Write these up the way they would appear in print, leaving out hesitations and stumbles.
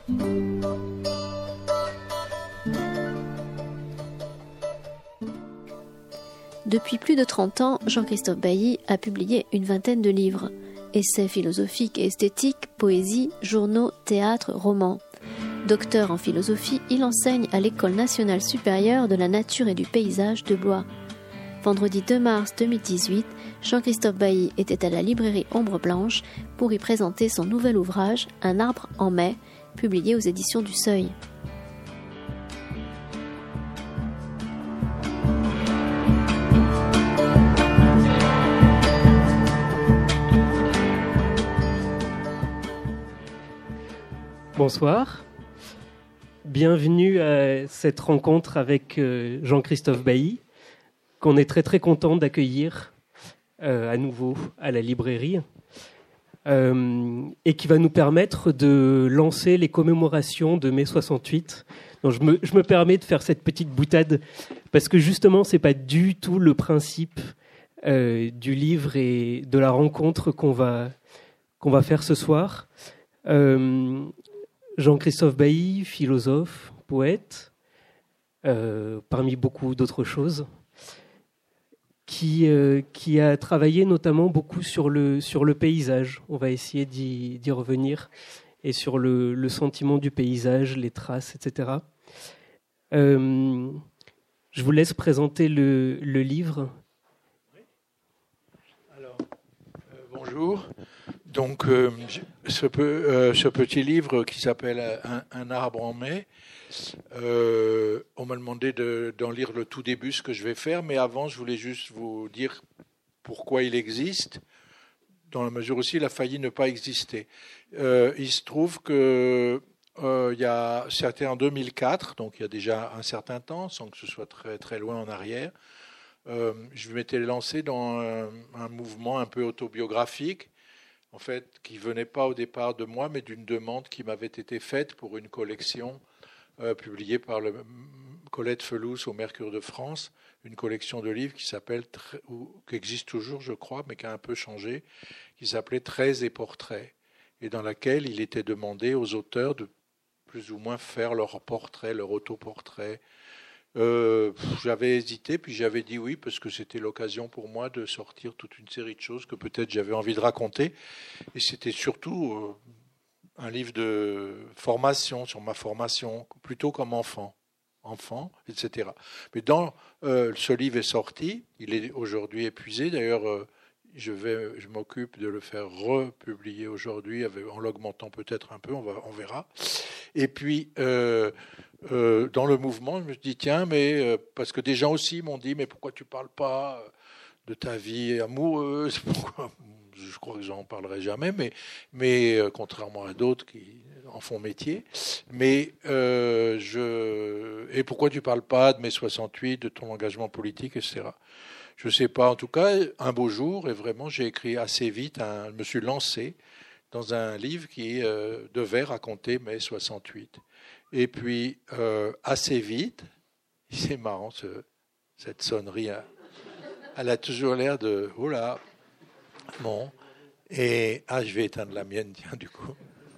Depuis plus de 30 ans, Jean-Christophe Bailly a publié une vingtaine de livres. Essais philosophiques et esthétiques, poésie, journaux, théâtre, romans. Docteur en philosophie, il enseigne à l'École nationale supérieure de la nature et du paysage de Blois. Vendredi 2 mars 2018, Jean-Christophe Bailly était à la librairie Ombre Blanche pour y présenter son nouvel ouvrage « Un arbre en mai », publié aux éditions du Seuil. Bonsoir, bienvenue à cette rencontre avec Jean-Christophe Bailly, qu'on est très très content d'accueillir à nouveau à la librairie et qui va nous permettre de lancer les commémorations de mai 68. Donc je me permets de faire cette petite boutade parce que justement c'est pas du tout le principe du livre et de la rencontre qu'on va faire ce soir. Jean-Christophe Bailly, philosophe, poète, parmi beaucoup d'autres choses, qui a travaillé notamment beaucoup sur le paysage. On va essayer d'y revenir, et sur le sentiment du paysage, les traces, etc. Je vous laisse présenter le livre. Alors, bonjour. Donc, ce petit livre qui s'appelle Un arbre en mai, on m'a demandé d'en lire le tout début, ce que je vais faire, mais avant, je voulais juste vous dire pourquoi il existe, dans la mesure où il a failli ne pas exister. Il se trouve que c'était en 2004, donc il y a déjà un certain temps, sans que ce soit très, très loin en arrière, je m'étais lancé dans un mouvement un peu autobiographique, en fait, qui venait pas au départ de moi, mais d'une demande qui m'avait été faite pour une collection publiée par Colette Felous au Mercure de France, une collection de livres qui existe toujours, je crois, mais qui a un peu changé, qui s'appelait Traits et portraits, et dans laquelle il était demandé aux auteurs de plus ou moins faire leur portrait, leur autoportrait. J'avais hésité, puis j'avais dit oui, parce que c'était l'occasion pour moi de sortir toute une série de choses que peut-être j'avais envie de raconter. Et c'était surtout un livre de formation, sur ma formation, plutôt comme enfant, etc. Mais ce livre est sorti, il est aujourd'hui épuisé. D'ailleurs, je m'occupe de le faire republier aujourd'hui, en l'augmentant peut-être un peu, on verra. Et puis, dans le mouvement, je me suis dit, tiens, mais parce que des gens aussi m'ont dit, mais pourquoi tu ne parles pas de ta vie amoureuse? Je crois que j'en parlerai jamais, mais contrairement à d'autres qui en font métier. Mais et pourquoi tu ne parles pas de mai 68, de ton engagement politique, etc. Je ne sais pas. En tout cas, un beau jour, et vraiment, j'ai écrit assez vite, je me suis lancé dans un livre qui devait raconter mai 68. Et puis, assez vite, c'est marrant, cette sonnerie, elle a toujours l'air de... Oh là, bon. Et, je vais éteindre la mienne, tiens, du coup.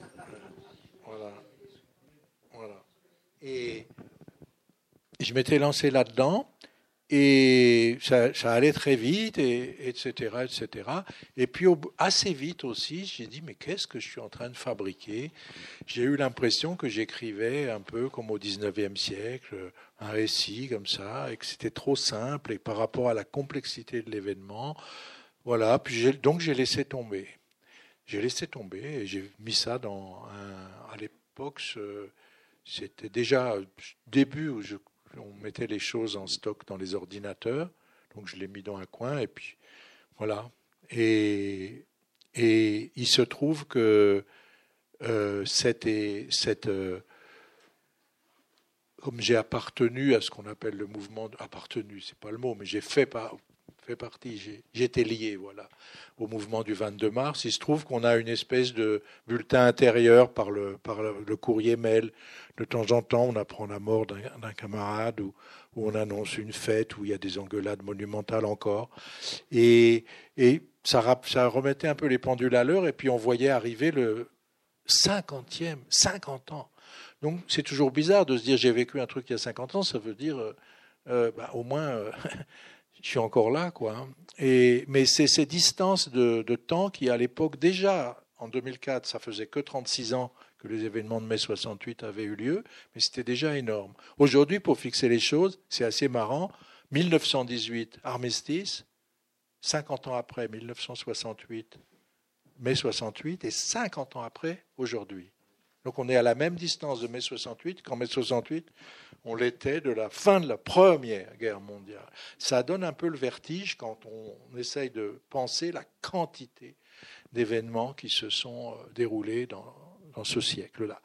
Voilà. Et je m'étais lancé là-dedans, et ça allait très vite, etc. Et puis, assez vite aussi, j'ai dit, mais qu'est-ce que je suis en train de fabriquer? J'ai eu l'impression que j'écrivais un peu comme au 19e siècle, un récit comme ça, et que c'était trop simple, et par rapport à la complexité de l'événement, voilà. Puis donc j'ai laissé tomber. Et j'ai mis ça à l'époque, c'était déjà début où on mettait les choses en stock dans les ordinateurs, donc je l'ai mis dans un coin, et puis voilà. Et il se trouve que comme j'ai appartenu à ce qu'on appelle le mouvement, appartenu, c'est pas le mot, mais j'ai fait partie, j'étais lié, voilà, au mouvement du 22 mars. Il se trouve qu'on a une espèce de bulletin intérieur par le courrier mail. De temps en temps, on apprend la mort d'un camarade ou on annonce une fête où il y a des engueulades monumentales encore. Et ça remettait un peu les pendules à l'heure, et puis on voyait arriver le 50 ans, Donc c'est toujours bizarre de se dire j'ai vécu un truc il y a 50 ans, ça veut dire au moins je suis encore là, quoi. Mais c'est ces distances de temps qui, à l'époque, déjà en 2004, ça faisait que 36 ans que les événements de mai 68 avaient eu lieu, mais c'était déjà énorme. Aujourd'hui, pour fixer les choses, c'est assez marrant. 1918, armistice, 50 ans après, 1968, mai 68, et 50 ans après, aujourd'hui. Donc on est à la même distance de mai 68 qu'en mai 68, on l'était de la fin de la Première Guerre mondiale. Ça donne un peu le vertige quand on essaye de penser la quantité d'événements qui se sont déroulés dans ce siècle-là.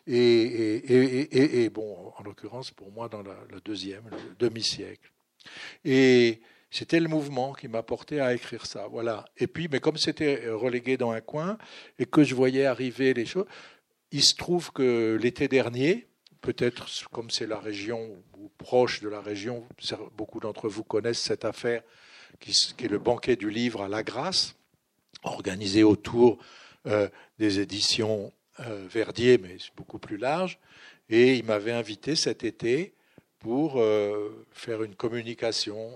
Et bon, en l'occurrence, pour moi, dans le deuxième, le demi-siècle. Et c'était le mouvement qui m'a porté à écrire ça. Voilà. Et puis, mais comme c'était relégué dans un coin et que je voyais arriver les choses, il se trouve que l'été dernier, peut-être comme c'est la région ou proche de la région, beaucoup d'entre vous connaissent cette affaire qui est le banquet du livre à La Grasse, organisé autour des éditions Verdier, mais c'est beaucoup plus large. Et il m'avait invité cet été pour faire une communication.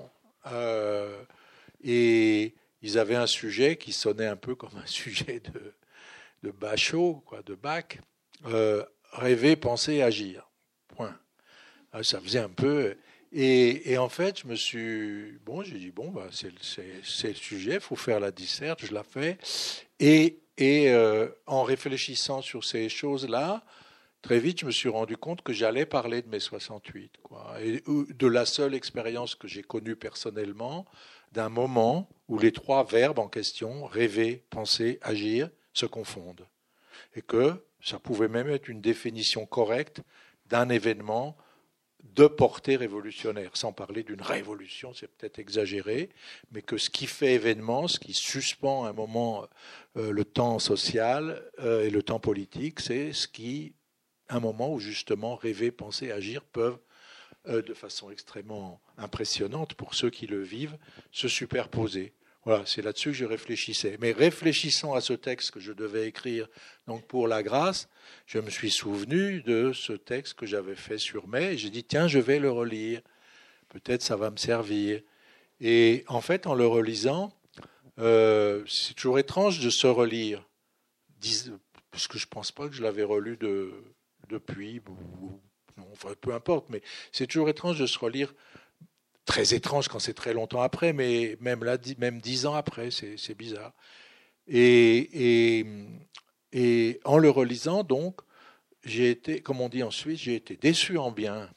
Et ils avaient un sujet qui sonnait un peu comme un sujet de Bachot, quoi, de Bach. Rêver, penser, agir. Point. Ça faisait un peu. Et en fait, j'ai dit c'est le sujet, il faut faire la disserte, je la fais. Et en réfléchissant sur ces choses-là, très vite, je me suis rendu compte que j'allais parler de mai 68, quoi, et de la seule expérience que j'ai connue personnellement, d'un moment où les trois verbes en question, rêver, penser, agir, se confondent. Et que ça pouvait même être une définition correcte d'un événement de portée révolutionnaire, sans parler d'une révolution, c'est peut-être exagéré, mais que ce qui fait événement, ce qui suspend un moment le temps social et le temps politique, c'est un moment où justement rêver, penser, agir peuvent, de façon extrêmement impressionnante pour ceux qui le vivent, se superposer. Voilà, c'est là-dessus que je réfléchissais. Mais réfléchissant à ce texte que je devais écrire donc pour La Grasse, je me suis souvenu de ce texte que j'avais fait sur mai, et j'ai dit, tiens, je vais le relire. Peut-être ça va me servir. Et en fait, en le relisant, c'est toujours étrange de se relire, parce que je ne pense pas que je l'avais relu depuis, enfin, peu importe, mais c'est toujours étrange de se relire. Très étrange quand c'est très longtemps après, mais même là, même 10 ans après, c'est bizarre. Et en le relisant, donc, j'ai été, comme on dit en Suisse, j'ai été déçu en bien.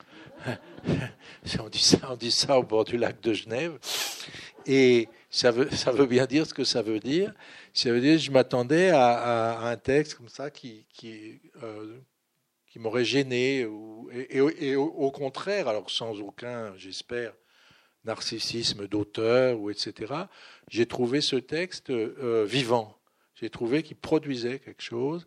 on dit ça au bord du lac de Genève. Et ça veut bien dire ce que ça veut dire. Ça veut dire que je m'attendais à un texte comme ça qui m'aurait gêné, et au contraire, alors sans aucun, j'espère, narcissisme d'auteur, ou etc., j'ai trouvé ce texte vivant. J'ai trouvé qu'il produisait quelque chose,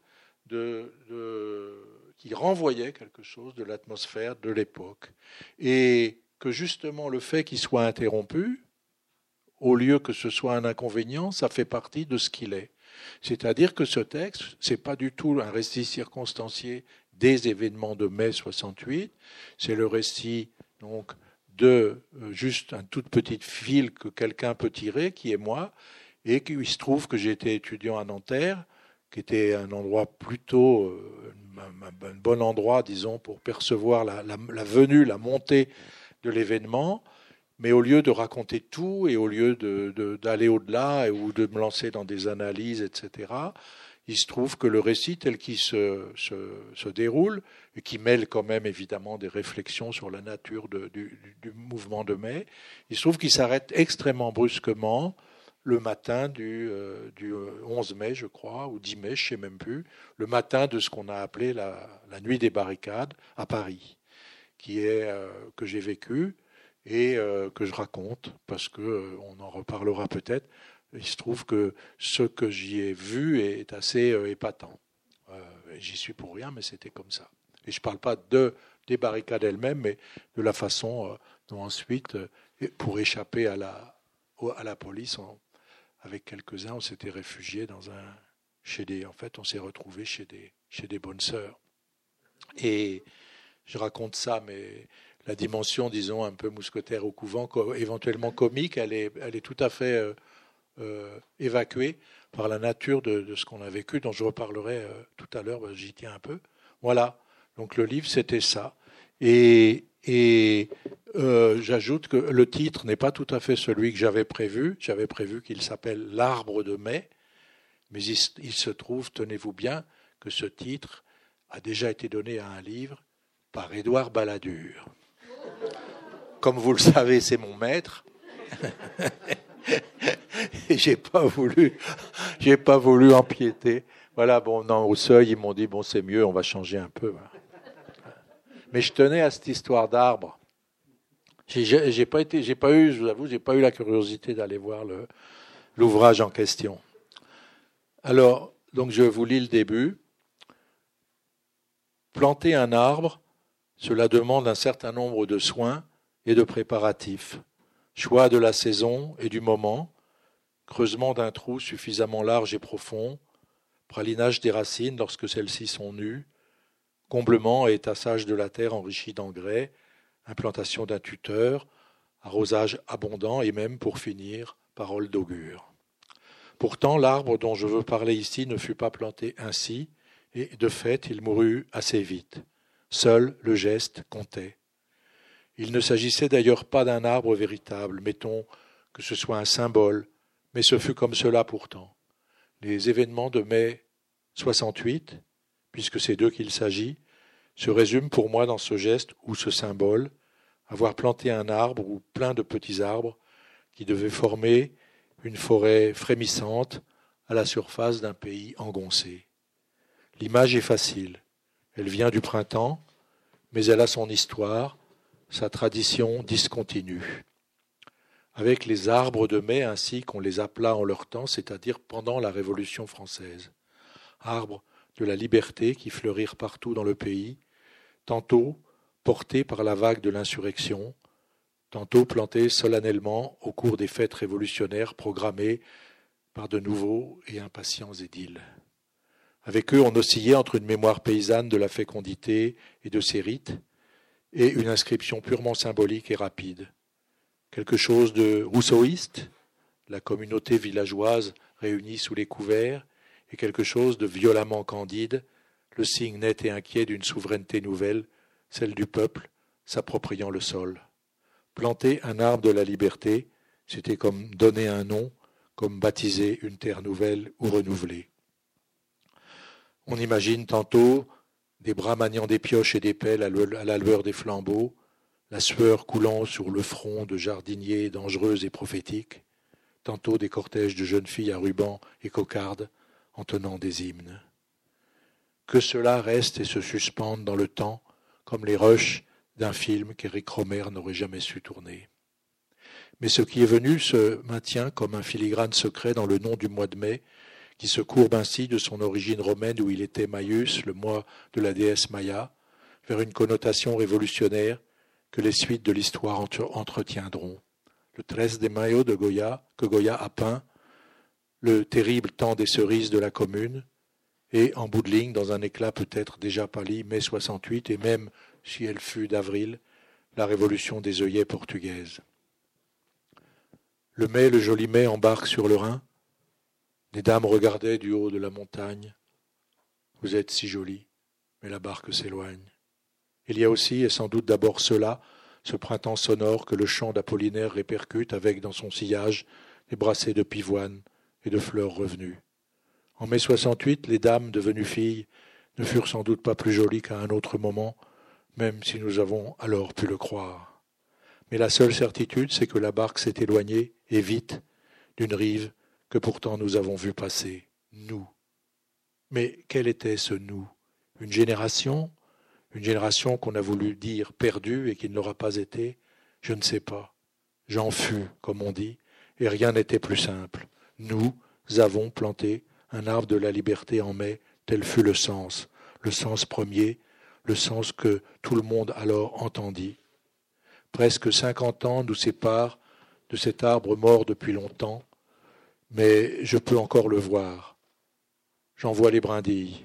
qui renvoyait quelque chose de l'atmosphère de l'époque. Et que justement le fait qu'il soit interrompu, au lieu que ce soit un inconvénient, ça fait partie de ce qu'il est. C'est-à-dire que ce texte, c'est pas du tout un récit circonstancié des événements de mai 68, c'est le récit donc de juste un toute petite fil que quelqu'un peut tirer, qui est moi, et qu'il se trouve que j'ai été étudiant à Nanterre, qui était un endroit plutôt, un bon endroit, disons, pour percevoir la venue, la montée de l'événement, mais au lieu de raconter tout, et au lieu d'aller au-delà, ou de me lancer dans des analyses, etc., il se trouve que le récit tel qu'il se déroule, et qui mêle quand même évidemment des réflexions sur la nature du mouvement de mai, il se trouve qu'il s'arrête extrêmement brusquement le matin du 11 mai, je crois, ou 10 mai, je ne sais même plus, le matin de ce qu'on a appelé la nuit des barricades à Paris, que j'ai vécu et que je raconte, parce qu'on en reparlera peut-être. Il se trouve que ce que j'y ai vu est assez épatant. J'y suis pour rien, mais c'était comme ça. Et je ne parle pas des barricades elles-mêmes, mais de la façon dont ensuite, pour échapper à la police, avec quelques-uns, on s'était réfugiés en fait, on s'est retrouvés chez des bonnes sœurs. Et je raconte ça, mais la dimension, disons, un peu mousquetaire au couvent, éventuellement comique, elle est tout à fait évacuée par la nature de ce qu'on a vécu, dont je reparlerai tout à l'heure, j'y tiens un peu. Voilà, donc le livre, c'était ça. Et j'ajoute que le titre n'est pas tout à fait celui que j'avais prévu. J'avais prévu qu'il s'appelle L'Arbre de mai, mais il se trouve, tenez-vous bien, que ce titre a déjà été donné à un livre par Édouard Balladur. Comme vous le savez, c'est mon maître. Et j'ai pas voulu empiéter. Voilà, bon, non, au seuil, ils m'ont dit, bon, c'est mieux, on va changer un peu. Voilà. Mais je tenais à cette histoire d'arbre. J'ai pas eu, je vous avoue, j'ai pas eu la curiosité d'aller voir l'ouvrage en question. Alors, donc je vous lis le début. Planter un arbre, cela demande un certain nombre de soins et de préparatifs. Choix de la saison et du moment, creusement d'un trou suffisamment large et profond, pralinage des racines lorsque celles-ci sont nues, comblement et tassage de la terre enrichie d'engrais, implantation d'un tuteur, arrosage abondant et même, pour finir, parole d'augure. Pourtant, l'arbre dont je veux parler ici ne fut pas planté ainsi, et de fait, il mourut assez vite. Seul le geste comptait. Il ne s'agissait d'ailleurs pas d'un arbre véritable, mettons que ce soit un symbole, mais ce fut comme cela pourtant. Les événements de mai 68, puisque c'est d'eux qu'il s'agit, se résument pour moi dans ce geste ou ce symbole, avoir planté un arbre ou plein de petits arbres qui devaient former une forêt frémissante à la surface d'un pays engoncé. L'image est facile, elle vient du printemps, mais elle a son histoire, sa tradition discontinue. Avec les arbres de mai ainsi qu'on les appela en leur temps, c'est-à-dire pendant la Révolution française. Arbres de la liberté qui fleurirent partout dans le pays, tantôt portés par la vague de l'insurrection, tantôt plantés solennellement au cours des fêtes révolutionnaires programmées par de nouveaux et impatients édiles. Avec eux, on oscillait entre une mémoire paysanne de la fécondité et de ses rites, et une inscription purement symbolique et rapide. Quelque chose de rousseauiste, la communauté villageoise réunie sous les couverts, et quelque chose de violemment candide, le signe net et inquiet d'une souveraineté nouvelle, celle du peuple, s'appropriant le sol. Planter un arbre de la liberté, c'était comme donner un nom, comme baptiser une terre nouvelle ou renouvelée. On imagine tantôt des bras maniant des pioches et des pelles à la lueur des flambeaux, la sueur coulant sur le front de jardiniers dangereux et prophétiques, tantôt des cortèges de jeunes filles à rubans et cocardes entonnant des hymnes. Que cela reste et se suspende dans le temps, comme les rushs d'un film qu'Éric Rohmer n'aurait jamais su tourner. Mais ce qui est venu se maintient comme un filigrane secret dans le nom du mois de mai, qui se courbe ainsi de son origine romaine où il était Maius, le mois de la déesse Maya, vers une connotation révolutionnaire que les suites de l'histoire entretiendront. Le 13 de Mayo de Goya, que Goya a peint, le terrible temps des cerises de la commune, et en bout de ligne, dans un éclat peut-être déjà pâli, mai 68, et même si elle fut d'avril, la révolution des œillets portugaises. Le mai, le joli mai, embarque sur le Rhin. Les dames regardaient du haut de la montagne. Vous êtes si jolie, mais la barque s'éloigne. Il y a aussi, et sans doute d'abord cela, ce printemps sonore que le chant d'Apollinaire répercute avec dans son sillage des brassées de pivoine et de fleurs revenues. En mai 68, les dames devenues filles ne furent sans doute pas plus jolies qu'à un autre moment, même si nous avons alors pu le croire. Mais la seule certitude, c'est que la barque s'est éloignée, et vite, d'une rive que pourtant nous avons vu passer, nous. Mais quel était ce nous? Une génération qu'on a voulu dire perdue et qui ne l'aura pas été? Je ne sais pas. J'en fus, comme on dit, et rien n'était plus simple. Nous avons planté un arbre de la liberté en mai, tel fut le sens premier, le sens que tout le monde alors entendit. Presque 50 ans nous séparent de cet arbre mort depuis longtemps, mais je peux encore le voir. J'en vois les brindilles,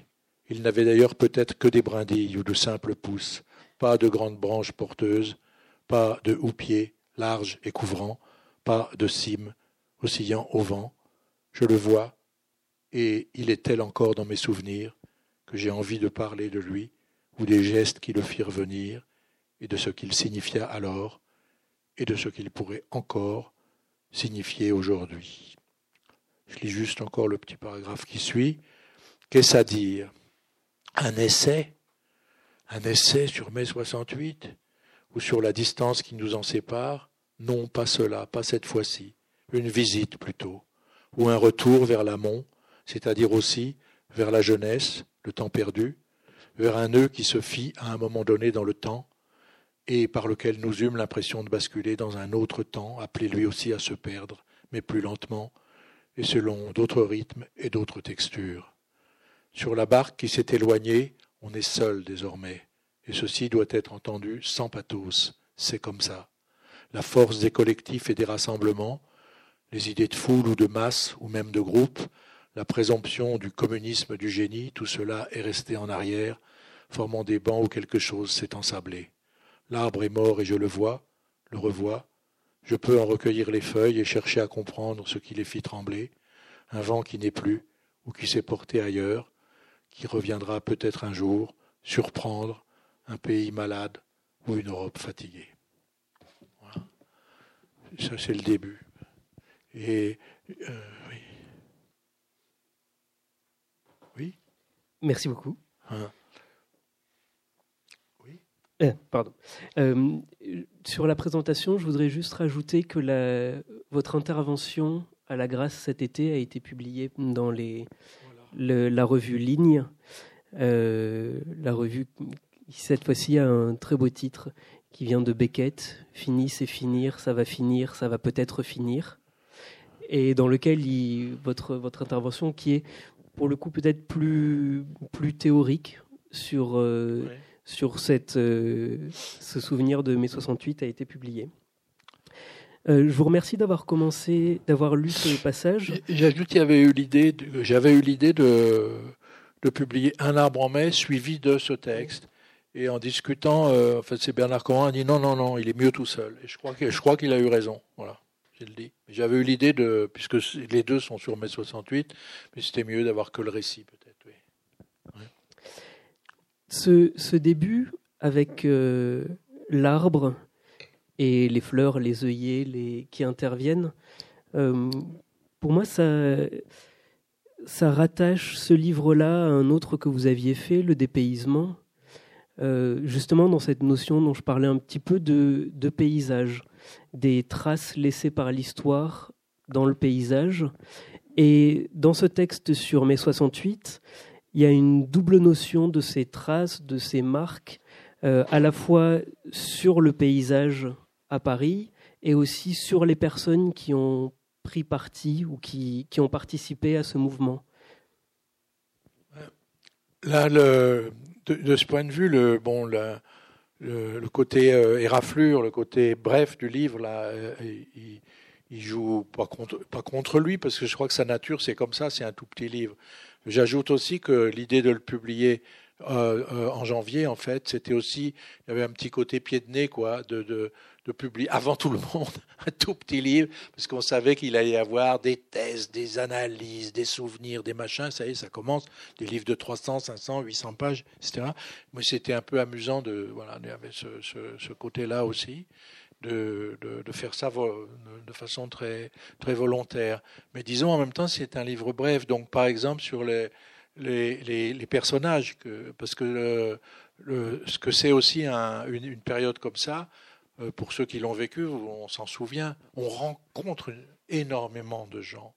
Il n'avait d'ailleurs peut-être que des brindilles ou de simples pousses, pas de grandes branches porteuses, pas de houppiers larges et couvrants, pas de cimes oscillant au vent. Je le vois, et il est tel encore dans mes souvenirs que j'ai envie de parler de lui, ou des gestes qui le firent venir, et de ce qu'il signifia alors, et de ce qu'il pourrait encore signifier aujourd'hui. Je lis juste encore le petit paragraphe qui suit. Qu'est-ce à dire ? Un essai sur mai 68 ou sur la distance qui nous en sépare ? Non, pas cela, pas cette fois-ci. Une visite plutôt, ou un retour vers l'amont, c'est-à-dire aussi vers la jeunesse, le temps perdu, vers un nœud qui se fit à un moment donné dans le temps et par lequel nous eûmes l'impression de basculer dans un autre temps, appelé lui aussi à se perdre, mais plus lentement et selon d'autres rythmes et d'autres textures. Sur la barque qui s'est éloignée, on est seul désormais, et ceci doit être entendu sans pathos, c'est comme ça. La force des collectifs et des rassemblements, les idées de foule ou de masse ou même de groupe, la présomption du communisme du génie, tout cela est resté en arrière, formant des bancs où quelque chose s'est ensablé. L'arbre est mort et je le vois, le revois. Je peux en recueillir les feuilles et chercher à comprendre ce qui les fit trembler. Un vent qui n'est plus ou qui s'est porté ailleurs, qui reviendra peut-être un jour, surprendre un pays malade ou une Europe fatiguée. Voilà. Ça, c'est le début. Et oui. Oui. Merci beaucoup. Hein. Pardon. Sur la présentation, je voudrais juste rajouter que votre intervention à la Grâce cet été a été publiée dans la revue Ligne. La revue qui, cette fois-ci, a un très beau titre qui vient de Beckett, « Fini, c'est finir, ça va peut-être finir », et dans lequel votre intervention, qui est pour le coup peut-être plus théorique sur... sur ce souvenir de mai 68 a été publié. Je vous remercie d'avoir lu ce passage. J'ajoute, j'avais eu l'idée de publier Un arbre en mai suivi de ce texte. Et en discutant, en fait, c'est Bernard Corin a dit non, il est mieux tout seul. Et je crois qu'il a eu raison. Voilà, je le dis. J'avais eu l'idée puisque les deux sont sur mai 68, mais c'était mieux d'avoir que le récit peut-être. Oui. Ouais. Ce début avec l'arbre et les fleurs, les œillets qui interviennent, pour moi, ça rattache ce livre-là à un autre que vous aviez fait, Le dépaysement, justement dans cette notion dont je parlais un petit peu de paysage, des traces laissées par l'histoire dans le paysage. Et dans ce texte sur mai 68, il y a une double notion de ces traces, de ces marques, à la fois sur le paysage à Paris et aussi sur les personnes qui ont pris parti ou qui ont participé à ce mouvement. Là, de ce point de vue, le côté éraflure, le côté bref du livre, là, il joue pas contre lui, parce que je crois que sa nature, c'est comme ça, c'est un tout petit livre. J'ajoute aussi que l'idée de le publier en janvier, en fait, c'était aussi, il y avait un petit côté pied de nez, quoi, de publier avant tout le monde un tout petit livre, parce qu'on savait qu'il allait y avoir des thèses, des analyses, des souvenirs, des machins, ça y est, ça commence, des livres de 300, 500, 800 pages, etc. Mais c'était un peu amusant il y avait ce côté-là aussi. De faire ça de façon très, très volontaire. Mais disons, en même temps, c'est un livre bref. Donc, par exemple, sur les personnages, parce que ce que c'est aussi une période comme ça, pour ceux qui l'ont vécu, on s'en souvient, on rencontre énormément de gens.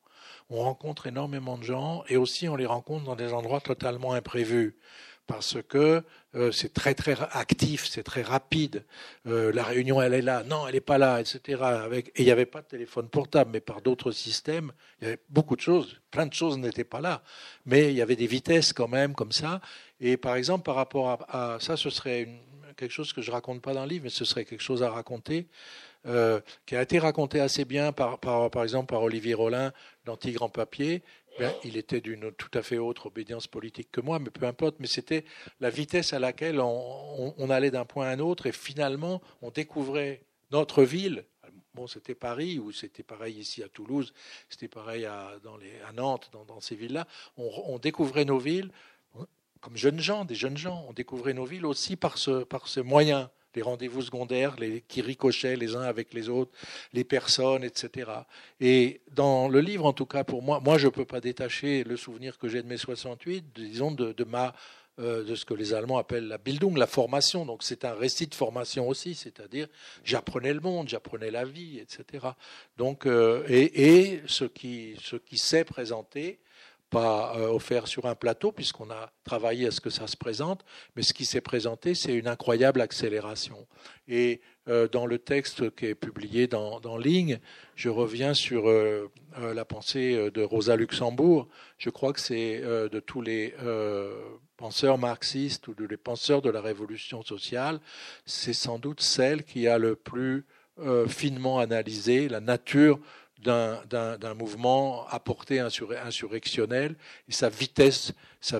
Et aussi on les rencontre dans des endroits totalement imprévus. Parce que c'est très très actif, c'est très rapide. La réunion, elle est là, non, elle n'est pas là, etc. Et il n'y avait pas de téléphone portable, mais par d'autres systèmes, il y avait beaucoup de choses, plein de choses n'étaient pas là. Mais il y avait des vitesses quand même, comme ça. Et par exemple, par rapport à ça, ce serait quelque chose que je raconte pas dans le livre, mais ce serait quelque chose à raconter, qui a été raconté assez bien par exemple par Olivier Rollin dans Tigre en papier. Ben, il était d'une tout à fait autre obédience politique que moi, mais peu importe. Mais c'était la vitesse à laquelle on allait d'un point à un autre et finalement on découvrait notre ville. Bon, c'était Paris, ou c'était pareil ici à Toulouse, c'était pareil à Nantes, dans ces villes-là. On découvrait nos villes comme des jeunes gens. On découvrait nos villes aussi par ce moyen. Les rendez-vous secondaires qui ricochaient les uns avec les autres, les personnes, etc. Et dans le livre, en tout cas pour moi je ne peux pas détacher le souvenir que j'ai de mai 68, disons de ce que les Allemands appellent la Bildung, la formation. Donc c'est un récit de formation aussi, c'est-à-dire j'apprenais le monde, j'apprenais la vie, etc. Donc et ce qui s'est présenté, pas offert sur un plateau, puisqu'on a travaillé à ce que ça se présente, mais ce qui s'est présenté, c'est une incroyable accélération. Et dans le texte qui est publié dans Ligne, je reviens sur la pensée de Rosa Luxembourg. Je crois que c'est de tous les penseurs marxistes ou de les penseurs de la révolution sociale, c'est sans doute celle qui a le plus finement analysé la nature d'un mouvement à portée insurrectionnelle et sa vitesse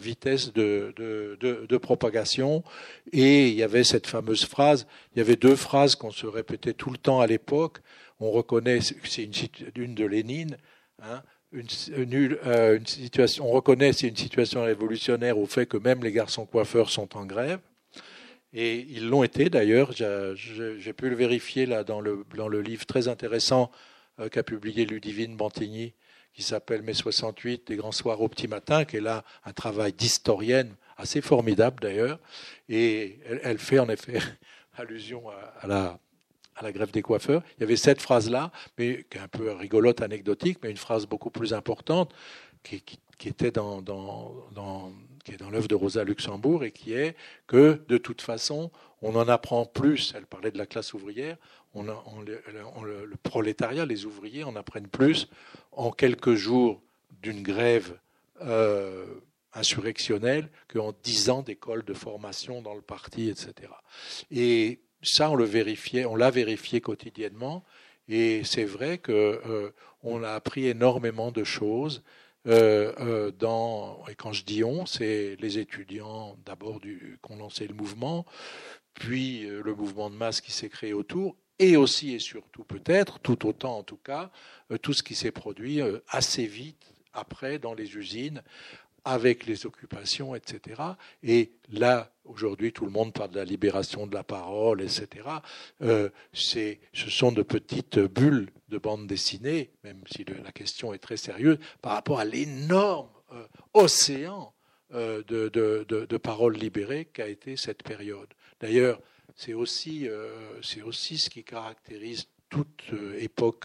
de propagation. Et il y avait cette fameuse phrase, il y avait deux phrases qu'on se répétait tout le temps à l'époque. On reconnaît, c'est une de Lénine, hein, une situation, on reconnaît c'est une situation révolutionnaire au fait que même les garçons coiffeurs sont en grève. Et ils l'ont été d'ailleurs, j'ai pu le vérifier là dans le livre très intéressant qu'a publié Ludivine Bantigny, qui s'appelle Mai 68, des grands soirs au petit matin, qui est là un travail d'historienne assez formidable d'ailleurs, et elle fait en effet allusion à la grève des coiffeurs. Il y avait cette phrase-là, mais qui est un peu rigolote, anecdotique, mais une phrase beaucoup plus importante, qui était dans l'œuvre de Rosa Luxembourg, et qui est que, de toute façon, on en apprend plus. Elle parlait de la classe ouvrière. Le prolétariat, les ouvriers, en apprennent plus en quelques jours d'une grève insurrectionnelle qu'en 10 ans d'école de formation dans le parti, etc. Et ça, on l'a vérifié quotidiennement. Et c'est vrai qu'on a appris énormément de choses. Et quand je dis on, c'est les étudiants d'abord qui ont lancé le mouvement, puis le mouvement de masse qui s'est créé autour, et aussi et surtout peut-être, tout autant en tout cas, tout ce qui s'est produit assez vite après dans les usines, avec les occupations, etc. Et là, aujourd'hui, tout le monde parle de la libération de la parole, etc. Ce sont de petites bulles de bande dessinée, même si la question est très sérieuse, par rapport à l'énorme océan de paroles libérées qu'a été cette période. D'ailleurs, c'est aussi ce qui caractérise toute époque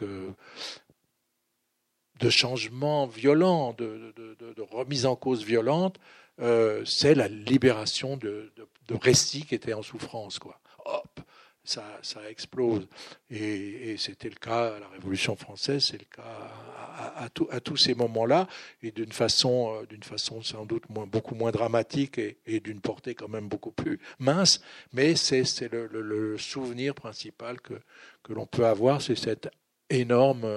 de changement violent, de remise en cause violente, c'est la libération de récits qui étaient en souffrance, quoi. Hop, ça explose. Et c'était le cas à la Révolution française, c'est le cas à tous ces moments-là, et d'une façon sans doute beaucoup moins dramatique et d'une portée quand même beaucoup plus mince, mais c'est le souvenir principal que l'on peut avoir, c'est cette énorme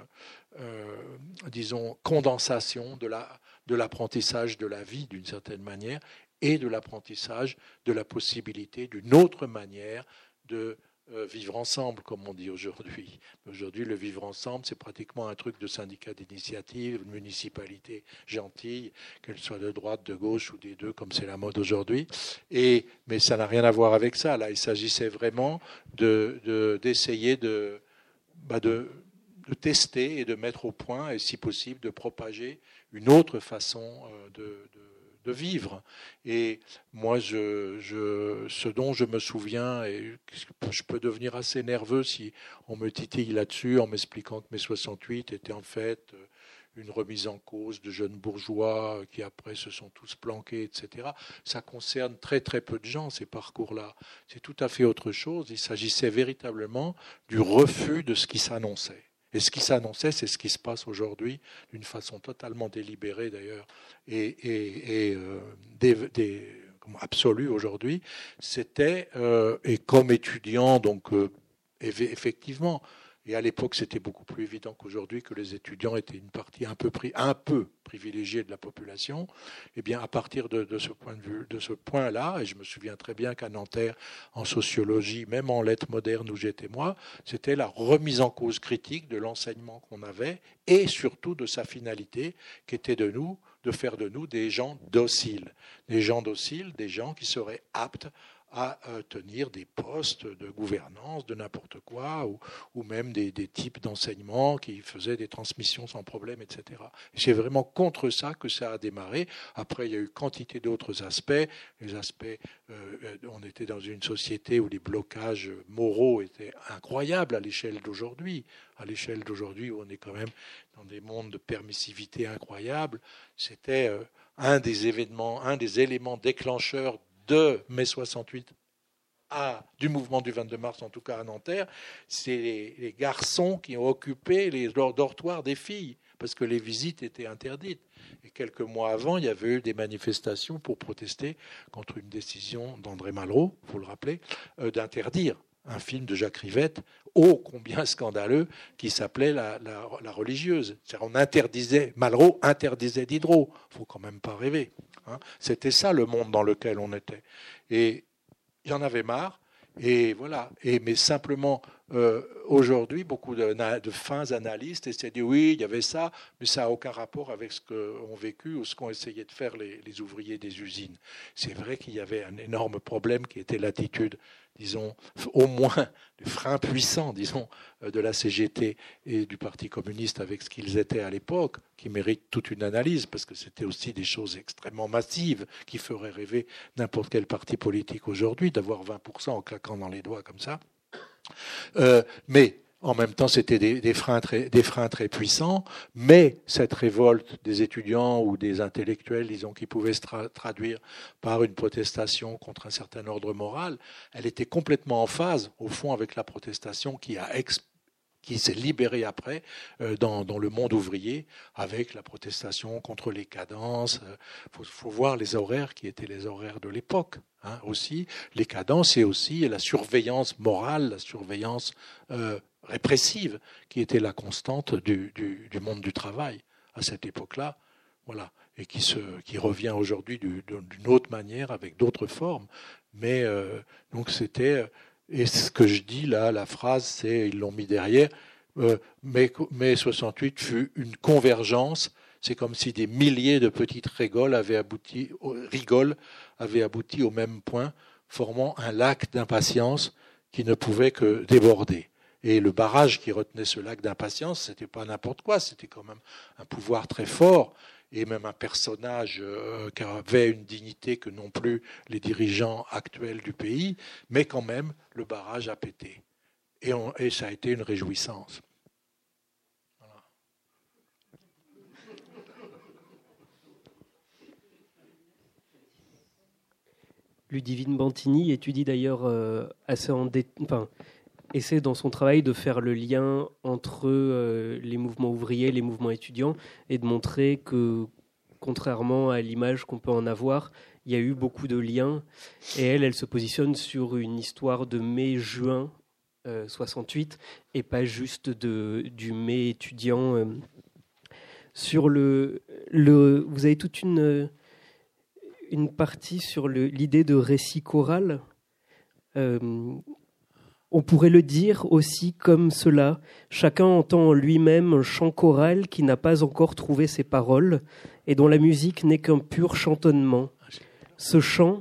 disons, condensation de l'apprentissage de la vie d'une certaine manière et de l'apprentissage de la possibilité d'une autre manière de vivre ensemble, comme on dit aujourd'hui. Aujourd'hui, le vivre ensemble, c'est pratiquement un truc de syndicat d'initiative, une municipalité gentille, qu'elle soit de droite, de gauche ou des deux, comme c'est la mode aujourd'hui. Mais ça n'a rien à voir avec ça. Là, il s'agissait vraiment d'essayer de tester et de mettre au point, et si possible, de propager une autre façon de vivre. Et moi, ce dont je me souviens, et je peux devenir assez nerveux si on me titille là-dessus en m'expliquant que mai 68 était en fait une remise en cause de jeunes bourgeois qui après se sont tous planqués, etc. Ça concerne très très peu de gens, ces parcours-là. C'est tout à fait autre chose. Il s'agissait véritablement du refus de ce qui s'annonçait. Et ce qui s'annonçait, c'est ce qui se passe aujourd'hui, d'une façon totalement délibérée d'ailleurs, et absolue aujourd'hui, c'était, et comme étudiant, donc effectivement, et à l'époque c'était beaucoup plus évident qu'aujourd'hui que les étudiants étaient une partie un peu privilégiée de la population, et bien à partir de ce point de vue, de ce point-là, et je me souviens très bien qu'à Nanterre, en sociologie, même en lettres modernes où j'étais moi, c'était la remise en cause critique de l'enseignement qu'on avait et surtout de sa finalité qui était de faire de nous des gens dociles, des gens qui seraient aptes à tenir des postes de gouvernance, de n'importe quoi, ou même des types d'enseignement qui faisaient des transmissions sans problème, etc. Et c'est vraiment contre ça que ça a démarré. Après, il y a eu quantité d'autres aspects. Les aspects, on était dans une société où les blocages moraux étaient incroyables à l'échelle d'aujourd'hui. À l'échelle d'aujourd'hui, où on est quand même dans des mondes de permissivité incroyables, c'était un des éléments déclencheurs de mai 68 du mouvement du 22 mars, en tout cas à Nanterre, c'est les garçons qui ont occupé les dortoirs des filles, parce que les visites étaient interdites. Et quelques mois avant, il y avait eu des manifestations pour protester contre une décision d'André Malraux, il faut le rappeler, d'interdire un film de Jacques Rivette, ô combien scandaleux, qui s'appelait la religieuse. C'est-à-dire Malraux interdisait Diderot. Il ne faut quand même pas rêver. Hein. C'était ça le monde dans lequel on était. Et il y en avait marre. Et voilà. Mais simplement, aujourd'hui, beaucoup de fins analystes essaient de dire oui, il y avait ça, mais ça n'a aucun rapport avec ce qu'ont vécu ou ce qu'ont essayé de faire les ouvriers des usines. C'est vrai qu'il y avait un énorme problème qui était l'attitude, disons, au moins le frein puissant, disons, de la CGT et du Parti communiste avec ce qu'ils étaient à l'époque, qui mérite toute une analyse, parce que c'était aussi des choses extrêmement massives qui feraient rêver n'importe quel parti politique aujourd'hui, d'avoir 20% en claquant dans les doigts comme ça. Mais en même temps, c'était des freins très puissants, mais cette révolte des étudiants ou des intellectuels, disons, qui pouvaient se traduire par une protestation contre un certain ordre moral, elle était complètement en phase, au fond, avec la protestation qui s'est libérée après dans le monde ouvrier, avec la protestation contre les cadences. Faut voir les horaires qui étaient les horaires de l'époque. Hein, aussi, les cadences et aussi la surveillance morale, la surveillance répressive, qui était la constante du monde du travail à cette époque-là, voilà, et qui revient aujourd'hui d'une autre manière, avec d'autres formes. Mais donc c'était, et ce que je dis là, la phrase, c'est, ils l'ont mis derrière, mai 68 fut une convergence. C'est comme si des milliers de petites rigoles avaient abouti au même point, formant un lac d'impatience qui ne pouvait que déborder. Et le barrage qui retenait ce lac d'impatience, c'était pas n'importe quoi, c'était quand même un pouvoir très fort et même un personnage qui avait une dignité que non plus les dirigeants actuels du pays, mais quand même le barrage a pété. Et ça a été une réjouissance. Ludivine Bantini étudie d'ailleurs essaie dans son travail de faire le lien entre les mouvements ouvriers, les mouvements étudiants, et de montrer que, contrairement à l'image qu'on peut en avoir, il y a eu beaucoup de liens. Et elle se positionne sur une histoire de mai-juin 68, et pas juste du mai étudiant. Sur vous avez toute une partie sur l'idée de récit choral. On pourrait le dire aussi comme cela. Chacun entend en lui-même un chant choral qui n'a pas encore trouvé ses paroles et dont la musique n'est qu'un pur chantonnement. Ce chant,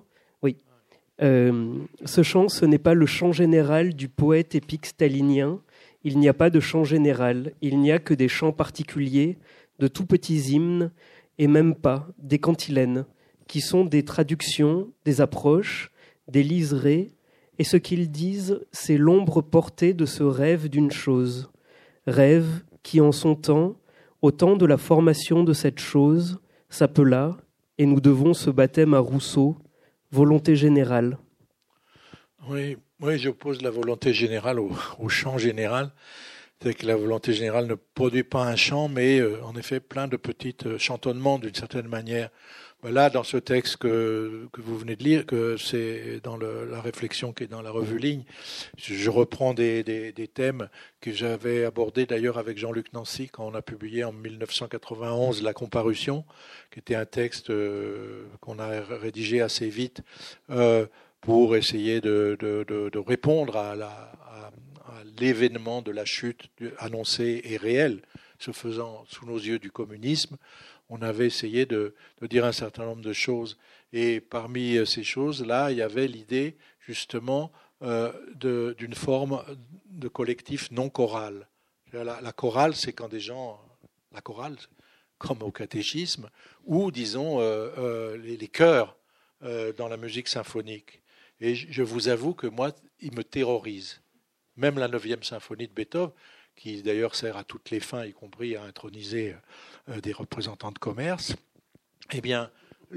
ce n'est pas le chant général du poète épique stalinien. Il n'y a pas de chant général. Il n'y a que des chants particuliers, de tout petits hymnes, et même pas des cantilènes, qui sont des traductions, des approches, des liserés, et ce qu'ils disent, c'est l'ombre portée de ce rêve d'une chose, rêve qui en son temps, au temps de la formation de cette chose, s'appela, et nous devons ce baptême à Rousseau, volonté générale. Oui, j'oppose la volonté générale au chant général. C'est que la volonté générale ne produit pas un chant, mais en effet plein de petits chantonnements d'une certaine manière. Là, dans ce texte que vous venez de lire, que c'est dans la réflexion qui est dans la revue Ligne, je reprends des thèmes que j'avais abordés d'ailleurs avec Jean-Luc Nancy quand on a publié en 1991 La Comparution, qui était un texte qu'on a rédigé assez vite pour essayer de répondre à l'événement de la chute annoncée et réelle se faisant sous nos yeux du communisme. On avait essayé de dire un certain nombre de choses. Et parmi ces choses-là, il y avait l'idée, justement, d'une forme de collectif non choral. La chorale, c'est quand des gens... La chorale, comme au catéchisme, ou, disons, les chœurs dans la musique symphonique. Et je vous avoue que moi, il me terrorise. Même la 9e symphonie de Beethoven, qui d'ailleurs sert à toutes les fins, y compris à introniser des représentants de commerce, eh bien,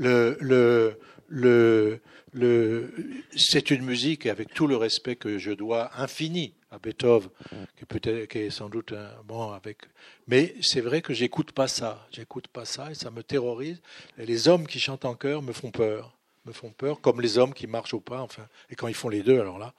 c'est une musique, avec tout le respect que je dois infini à Beethoven, qui est sans doute mais c'est vrai que j'écoute pas ça et ça me terrorise. Et les hommes qui chantent en chœur me font peur, comme les hommes qui marchent au pas, enfin, et quand ils font les deux, alors là.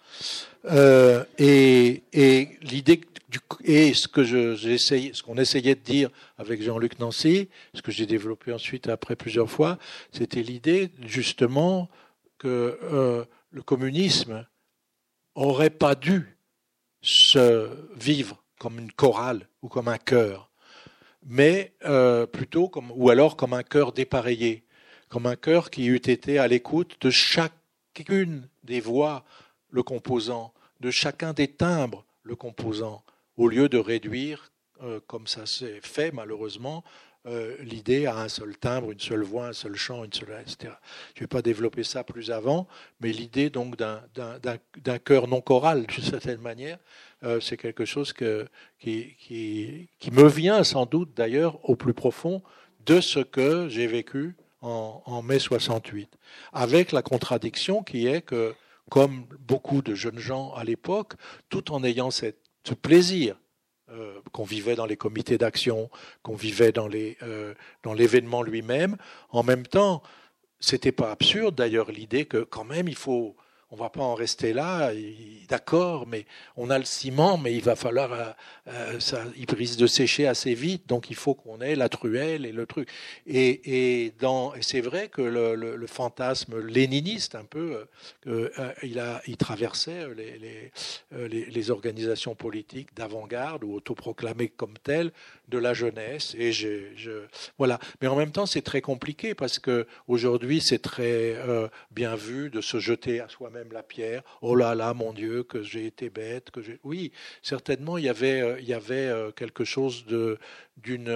Et l'idée et ce qu'on essayait de dire avec Jean-Luc Nancy, ce que j'ai développé ensuite après plusieurs fois, c'était l'idée justement que le communisme aurait pas dû se vivre comme une chorale ou comme un chœur, mais plutôt ou alors comme un chœur dépareillé, comme un chœur qui eût été à l'écoute de chacune des voix le composant, de chacun des timbres le composant, au lieu de réduire, comme ça s'est fait malheureusement, l'idée à un seul timbre, une seule voix, un seul chant, etc. Je ne vais pas développer ça plus avant, mais l'idée donc d'un chœur non choral, d'une certaine manière, c'est quelque chose qui me vient sans doute d'ailleurs au plus profond de ce que j'ai vécu en mai 68, avec la contradiction qui est que, comme beaucoup de jeunes gens à l'époque, tout en ayant ce plaisir qu'on vivait dans les comités d'action, qu'on vivait dans l'événement lui-même, en même temps, c'était pas absurde d'ailleurs l'idée que quand même on va pas en rester là, d'accord, mais on a le ciment, mais il va falloir, il risque de sécher assez vite, donc il faut qu'on ait la truelle et le truc. Et c'est vrai que le fantasme léniniste, un peu, il traversait les organisations politiques d'avant-garde ou autoproclamées comme telles de la jeunesse. Et voilà. Mais en même temps, c'est très compliqué parce que aujourd'hui, c'est très bien vu de se jeter à soi-même la pierre. Oh là là, mon Dieu, que j'ai été bête. Oui, certainement, il y avait quelque chose d'une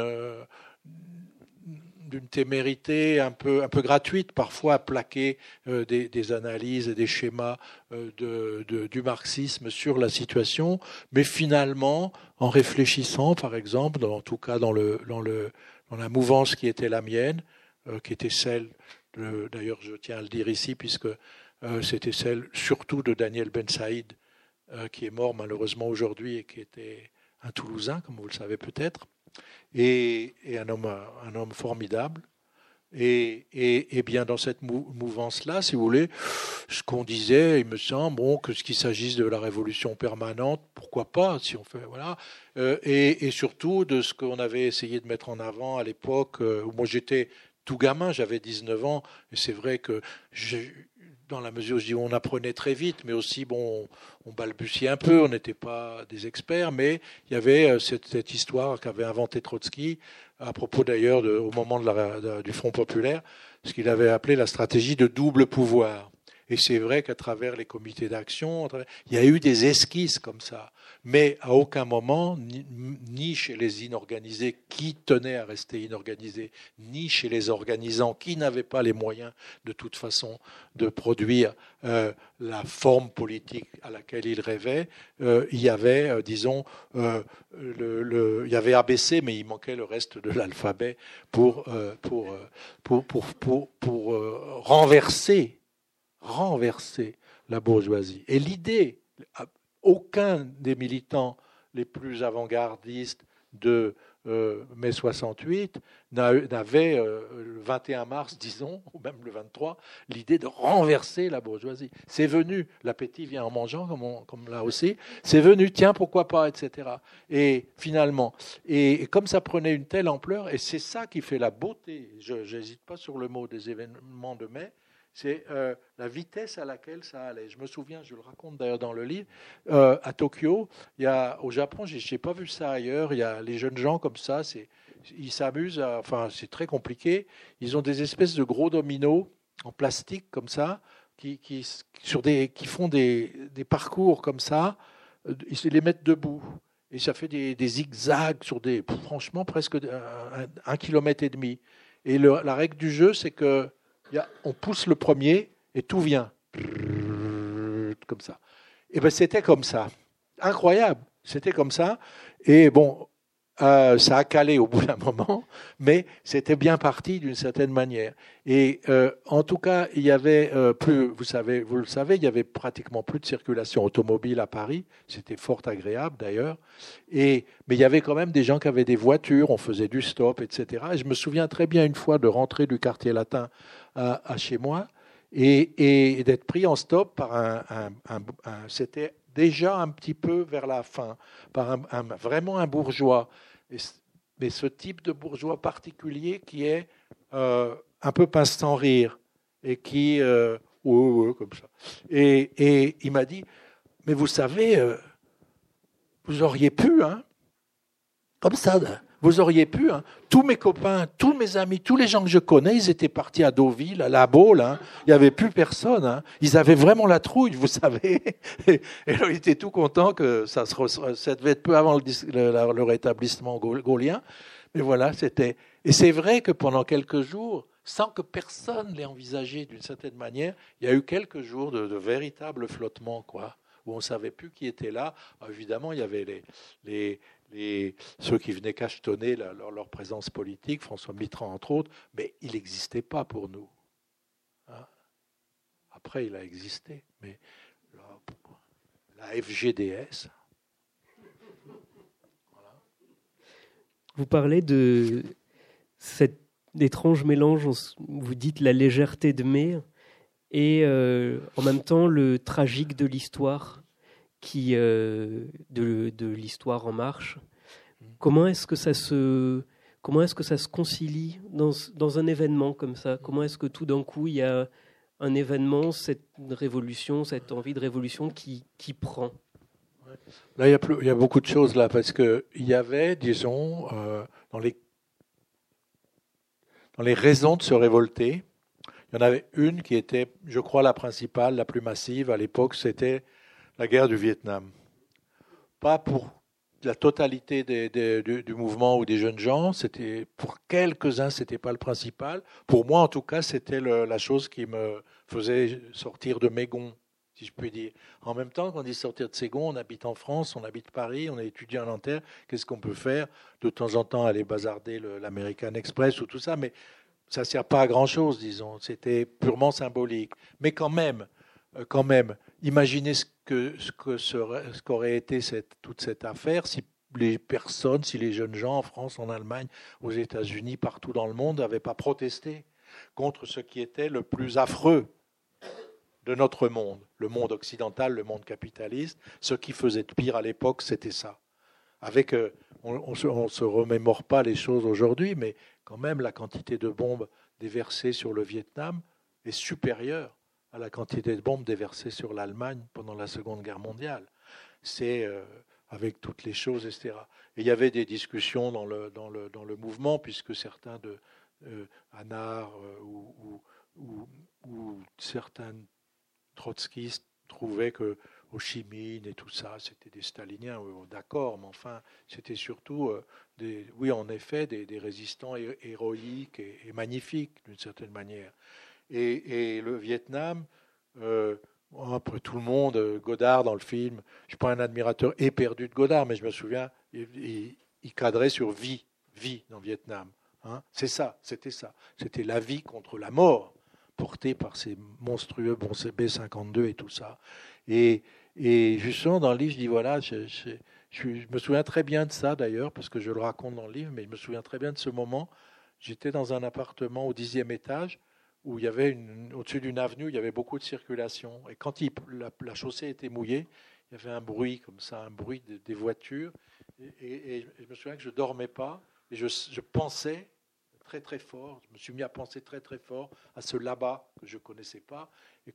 témérité un peu gratuite, parfois à plaquer des analyses et des schémas du marxisme sur la situation, mais finalement, en réfléchissant, par exemple, en tout cas dans la mouvance qui était la mienne, qui était celle, d'ailleurs je tiens à le dire ici, puisque c'était celle surtout de Daniel Ben Saïd, qui est mort malheureusement aujourd'hui et qui était un Toulousain, comme vous le savez peut-être, et un homme formidable. Et bien dans cette mouvance-là, si vous voulez, ce qu'on disait, il me semble, que ce qu'il s'agisse de la révolution permanente, pourquoi pas, si on fait, voilà, et surtout de ce qu'on avait essayé de mettre en avant à l'époque, où moi j'étais tout gamin, j'avais 19 ans, et c'est vrai que dans la mesure où je dis on apprenait très vite, mais aussi on balbutiait un peu, on n'était pas des experts, mais il y avait cette histoire qu'avait inventée Trotsky, à propos d'ailleurs au moment du Front populaire, ce qu'il avait appelé la stratégie de double pouvoir. Et c'est vrai qu'à travers les comités d'action, il y a eu des esquisses comme ça. Mais à aucun moment, ni chez les inorganisés qui tenaient à rester inorganisés, ni chez les organisants qui n'avaient pas les moyens de toute façon de produire la forme politique à laquelle ils rêvaient, il y avait, disons, il y avait ABC, mais il manquait le reste de l'alphabet pour renverser la bourgeoisie. Et l'idée, aucun des militants les plus avant-gardistes de mai 68, n'avait le 21 mars, disons, ou même le 23, l'idée de renverser la bourgeoisie. C'est venu, l'appétit vient en mangeant, comme là aussi, c'est venu, tiens, pourquoi pas, etc. Et finalement, et comme ça prenait une telle ampleur, et c'est ça qui fait la beauté, je n'hésite pas sur le mot des événements de mai, c'est la vitesse à laquelle ça allait. Je me souviens, je le raconte d'ailleurs dans le livre, à Tokyo, au Japon, je n'ai pas vu ça ailleurs, il y a les jeunes gens comme ça, ils s'amusent, enfin c'est très compliqué, ils ont des espèces de gros dominos en plastique comme ça, qui font des parcours comme ça, ils les mettent debout. Et ça fait des zigzags sur franchement, presque 1,5 kilomètre. Et la règle du jeu, c'est que on pousse le premier et tout vient. Comme ça. Et ben c'était comme ça. Incroyable. C'était comme ça. Et bon, ça a calé au bout d'un moment, mais c'était bien parti d'une certaine manière. Et en tout cas, il y avait plus, vous le savez, il y avait pratiquement plus de circulation automobile à Paris. C'était fort agréable d'ailleurs. Mais il y avait quand même des gens qui avaient des voitures, on faisait du stop, etc. Et je me souviens très bien une fois de rentrer du quartier latin à chez moi et d'être pris en stop par c'était déjà un petit peu vers la fin, par vraiment un bourgeois. Mais ce type de bourgeois particulier qui est un peu pince sans rire et qui comme ça. Et il m'a dit, mais vous savez, vous auriez pu, hein, comme ça, vous auriez pu, hein, tous mes copains, tous mes amis, tous les gens que je connais, ils étaient partis à Deauville, à La Baule, hein, il n'y avait plus personne, hein, ils avaient vraiment la trouille, vous savez. Et là, il était tout content que ça devait être peu avant le rétablissement gaulien, mais voilà, c'était. Et c'est vrai que pendant quelques jours, sans que personne l'ait envisagé d'une certaine manière, il y a eu quelques jours de véritable flottement, quoi, où on ne savait plus qui était là. Alors, évidemment, il y avait ceux qui venaient cachetonner leur présence politique, François Mitterrand entre autres, mais il n'existait pas pour nous. Hein. Après, il a existé, mais la FGDS. Voilà. Vous parlez de cet étrange mélange, vous dites la légèreté de mai et en même temps le tragique de l'histoire. De l'histoire en marche. Comment est-ce que ça se concilie dans un événement comme ça? Comment est-ce que tout d'un coup il y a un événement, cette révolution, cette envie de révolution qui prend? Là, il y a beaucoup de choses là parce que il y avait, disons, dans les raisons de se révolter, il y en avait une qui était, je crois, la principale, la plus massive à l'époque, c'était la guerre du Vietnam. Pas pour la totalité du mouvement ou des jeunes gens, c'était pour quelques-uns, c'était pas le principal. Pour moi, en tout cas, c'était la chose qui me faisait sortir de mes gonds, si je puis dire. En même temps, quand on dit sortir de ses gonds, on habite en France, on habite Paris, on est étudiant à Nanterre, qu'est-ce qu'on peut faire? De temps en temps, aller bazarder l'American Express ou tout ça, mais ça ne sert pas à grand-chose, disons. C'était purement symbolique. Mais quand même, imaginez ce qu'aurait été toute cette affaire si les jeunes gens en France, en Allemagne, aux États-Unis, partout dans le monde, n'avaient pas protesté contre ce qui était le plus affreux de notre monde, le monde occidental, le monde capitaliste. Ce qui faisait de pire à l'époque, c'était ça. On ne se remémore pas les choses aujourd'hui, mais quand même, la quantité de bombes déversées sur le Vietnam est supérieure à la quantité de bombes déversées sur l'Allemagne pendant la Seconde Guerre mondiale. C'est avec toutes les choses, etc. Et il y avait des discussions dans le mouvement, puisque certains de Hanard ou certains trotskistes trouvaient que Ho Chi Minh et tout ça, c'était des staliniens, d'accord, mais enfin, c'était surtout, oui, en effet, des résistants héroïques et magnifiques, d'une certaine manière. Et le Vietnam, après tout le monde, Godard dans le film, je ne suis pas un admirateur éperdu de Godard, mais je me souviens, il cadrait sur vie dans le Vietnam. Hein. C'était ça. C'était la vie contre la mort, portée par ces monstrueux B-52 et tout ça. Et justement, dans le livre, je dis, voilà, Je me souviens très bien de ça d'ailleurs, parce que je le raconte dans le livre, mais je me souviens très bien de ce moment. J'étais dans un appartement au 10e étage où il y avait au-dessus d'une avenue, il y avait beaucoup de circulation. Et quand la chaussée était mouillée, il y avait un bruit comme ça, un bruit des voitures. Et je me souviens que je ne dormais pas et je pensais très très fort. Je me suis mis à penser très très fort à ce là-bas que je ne connaissais pas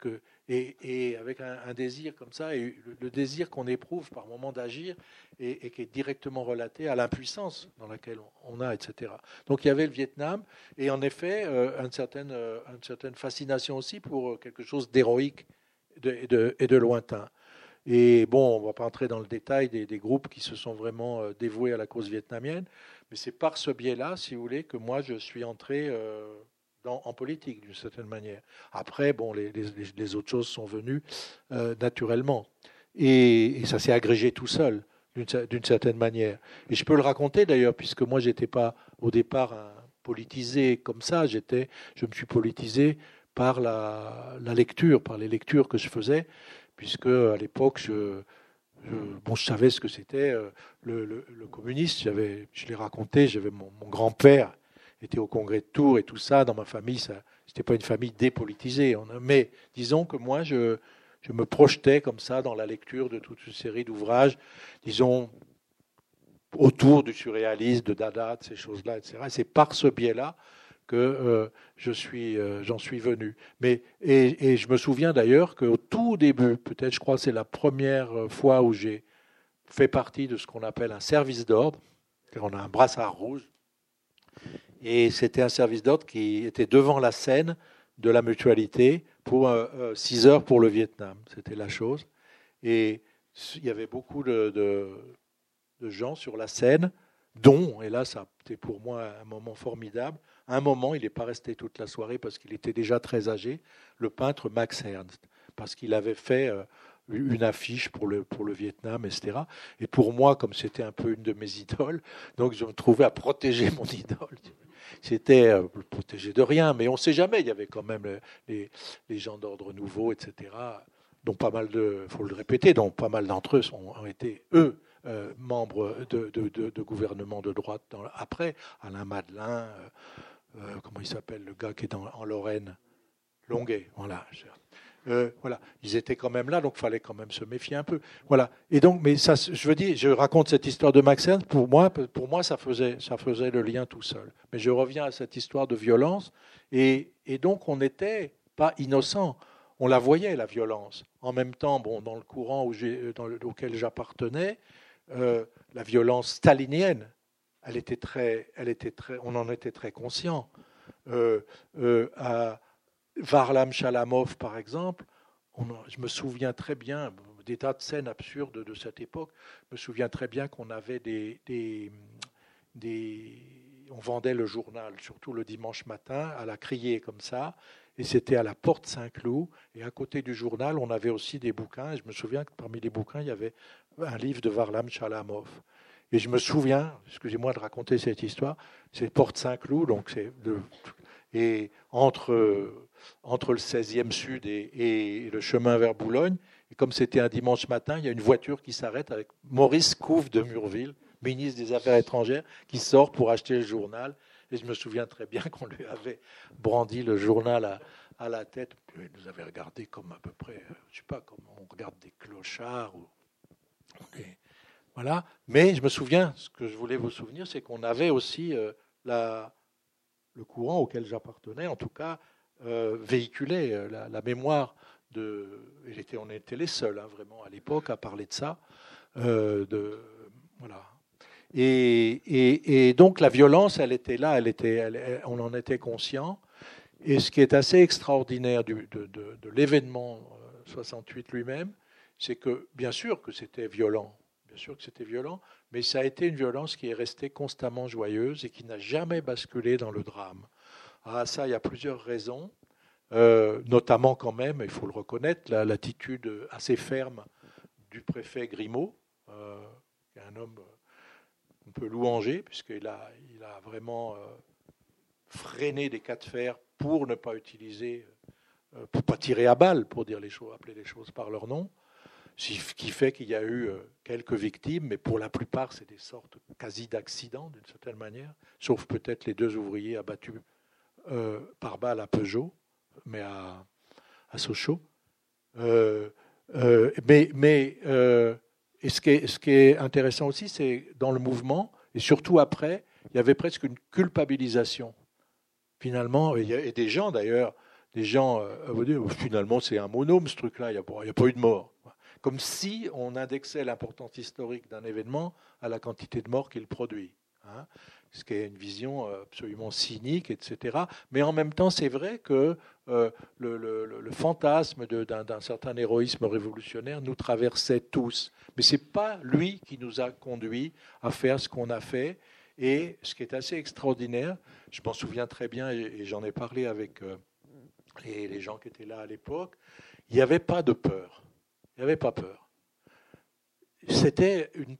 et avec un désir comme ça, et le désir qu'on éprouve par moment d'agir et qui est directement relaté à l'impuissance dans laquelle on a, etc. Donc il y avait le Vietnam et en effet une certaine fascination aussi pour quelque chose d'héroïque et de lointain. Et bon, on ne va pas entrer dans le détail des groupes qui se sont vraiment dévoués à la cause vietnamienne, mais c'est par ce biais-là, si vous voulez, que moi je suis entré en politique, d'une certaine manière. Après, bon, les autres choses sont venues naturellement. Et ça s'est agrégé tout seul, d'une certaine manière. Et je peux le raconter d'ailleurs, puisque moi, je n'étais pas au départ politisé comme ça, je me suis politisé par la lecture, par les lectures que je faisais, puisque à l'époque, je savais ce que c'était le communiste. Je l'ai raconté, j'avais mon grand-père était au congrès de Tours et tout ça. Dans ma famille, c'était pas une famille dépolitisée. Mais disons que moi, je me projetais comme ça dans la lecture de toute une série d'ouvrages, disons, autour du surréalisme, de Dada, de ces choses-là, etc. Et c'est par ce biais-là que j'en suis venu. Et je me souviens d'ailleurs qu'au tout début, peut-être, je crois que c'est la première fois où j'ai fait partie de ce qu'on appelle un service d'ordre. On a un brassard rouge. Et c'était un service d'ordre qui était devant la scène de la mutualité pour 6 heures pour le Vietnam. C'était la chose. Et il y avait beaucoup de gens sur la scène, dont, et là, ça c'était pour moi un moment formidable, à un moment, il n'est pas resté toute la soirée parce qu'il était déjà très âgé, le peintre Max Ernst, parce qu'il avait fait une affiche pour le Vietnam, etc. Et pour moi, comme c'était un peu une de mes idoles, donc je me trouvais à protéger mon idole. C'était protégé de rien, mais on ne sait jamais. Il y avait quand même les gens d'ordre nouveau, etc., dont pas mal il faut le répéter, dont pas mal d'entre eux ont été, eux, membres de gouvernements de droite après. Alain Madelin, comment il s'appelle, le gars qui est en Lorraine, Longuet, voilà. Voilà, ils étaient quand même là, donc il fallait quand même se méfier un peu. Voilà. Et donc, mais ça, je veux dire, je raconte cette histoire de Max Ernst. Pour moi, ça faisait le lien tout seul. Mais je reviens à cette histoire de violence, et donc on n'était pas innocent. On la voyait, la violence. En même temps, bon, dans le courant auquel j'appartenais, la violence stalinienne, on en était très conscient. À Varlam Chalamov, par exemple, je me souviens très bien des tas de scènes absurdes de cette époque. Je me souviens très bien qu'on avait on vendait le journal, surtout le dimanche matin, à la criée comme ça, et c'était à la porte Saint-Cloud, et à côté du journal, on avait aussi des bouquins, et je me souviens que parmi les bouquins, il y avait un livre de Varlam Chalamov. Et je me souviens, excusez-moi de raconter cette histoire, c'est porte Saint-Cloud, donc et entre le 16e Sud et le chemin vers Boulogne. Et comme c'était un dimanche matin, il y a une voiture qui s'arrête avec Maurice Couve de Murville, ministre des Affaires étrangères, qui sort pour acheter le journal. Et je me souviens très bien qu'on lui avait brandi le journal à la tête. Il nous avait regardé comme à peu près, je ne sais pas, comme on regarde des clochards. Voilà. Mais je me souviens, ce que je voulais vous souvenir, c'est qu'on avait aussi le courant auquel j'appartenais, en tout cas, véhiculait la mémoire on était les seuls, hein, vraiment, à l'époque, à parler de ça. Voilà. Et donc, la violence, elle était là, on en était conscient. Et ce qui est assez extraordinaire de l'événement 68 lui-même, c'est que, bien sûr que c'était violent, mais ça a été une violence qui est restée constamment joyeuse et qui n'a jamais basculé dans le drame. Ah, ça, il y a plusieurs raisons, notamment quand même, il faut le reconnaître, l'attitude assez ferme du préfet Grimaud, qui est un homme un peu louangé, puisqu'il a vraiment freiné des cas de fer pour ne pas utiliser, pour ne pas tirer à balles, pour dire appeler les choses par leur nom. Ce qui fait qu'il y a eu quelques victimes, mais pour la plupart, c'est des sortes quasi d'accidents, d'une certaine manière, sauf peut-être les 2 ouvriers abattus par balle à Peugeot, mais à Sochaux. Et ce qui est intéressant aussi, c'est dans le mouvement, et surtout après, il y avait presque une culpabilisation. Finalement, et des gens d'ailleurs, vous dire, finalement c'est un monôme ce truc-là, il n'y a pas eu de mort. Comme si on indexait l'importance historique d'un événement à la quantité de morts qu'il produit. Hein, ce qui est une vision absolument cynique, etc. Mais en même temps, c'est vrai que le fantasme d'un certain héroïsme révolutionnaire nous traversait tous. Mais ce n'est pas lui qui nous a conduits à faire ce qu'on a fait. Et ce qui est assez extraordinaire, je m'en souviens très bien, et j'en ai parlé avec les gens qui étaient là à l'époque, il n'y avait pas de peur. Il n'y avait pas peur. C'était une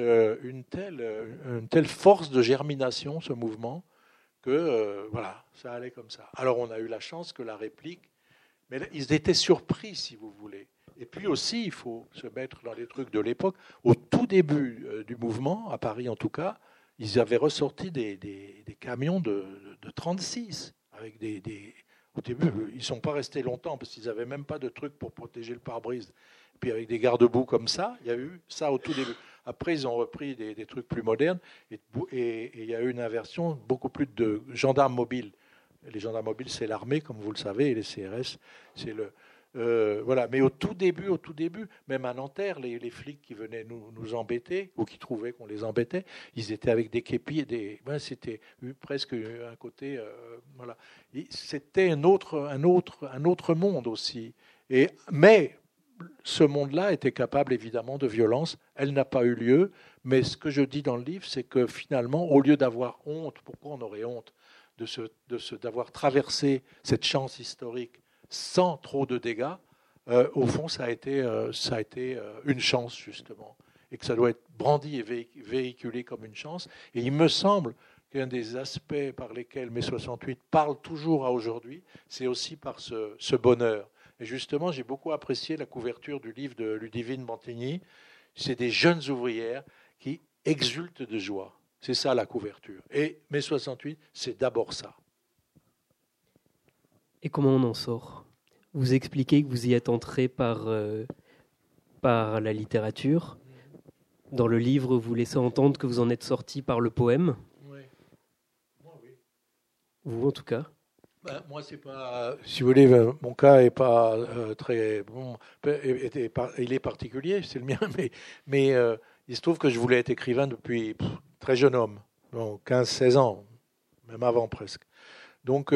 telle force de germination, ce mouvement, que voilà, ça allait comme ça. Alors on a eu la chance que la réplique, mais ils étaient surpris, si vous voulez. Et puis aussi, il faut se mettre dans les trucs de l'époque. Au tout début du mouvement, à Paris en tout cas, ils avaient ressorti des camions de 36 avec au début, ils ne sont pas restés longtemps parce qu'ils n'avaient même pas de trucs pour protéger le pare-brise. Puis avec des garde-boue comme ça, il y a eu ça au tout début. Après, ils ont repris des trucs plus modernes et il y a eu une inversion, beaucoup plus de gendarmes mobiles. Les gendarmes mobiles, c'est l'armée, comme vous le savez, et les CRS, c'est le... voilà. Mais au tout début, même à Nanterre, les flics qui venaient nous embêter, ou qui trouvaient qu'on les embêtait, ils étaient avec des képis et c'était presque un côté... voilà. C'était un autre monde aussi. Mais ce monde-là était capable évidemment de violence. Elle n'a pas eu lieu, mais ce que je dis dans le livre, c'est que finalement, au lieu d'avoir honte, pourquoi on aurait honte d'avoir traversé cette chance historique sans trop de dégâts, au fond, ça a été une chance, justement, et que ça doit être brandi et véhiculé comme une chance. Et il me semble qu'un des aspects par lesquels mai 68 parle toujours à aujourd'hui, c'est aussi par ce bonheur. Et justement, j'ai beaucoup apprécié la couverture du livre de Ludivine Mantigny. C'est des jeunes ouvrières qui exultent de joie. C'est ça la couverture. Et mai 68, c'est d'abord ça. Et comment on en sort ? Vous expliquez que vous y êtes entré par la littérature. Dans le livre, vous laissez entendre que vous en êtes sorti par le poème. Oui. Moi, oui. Vous, en tout cas. Moi, c'est pas. Si vous voulez, mon cas est pas très bon. Il est particulier, c'est le mien, mais il se trouve que je voulais être écrivain depuis très jeune homme, donc 15-16 ans, même avant presque. Donc,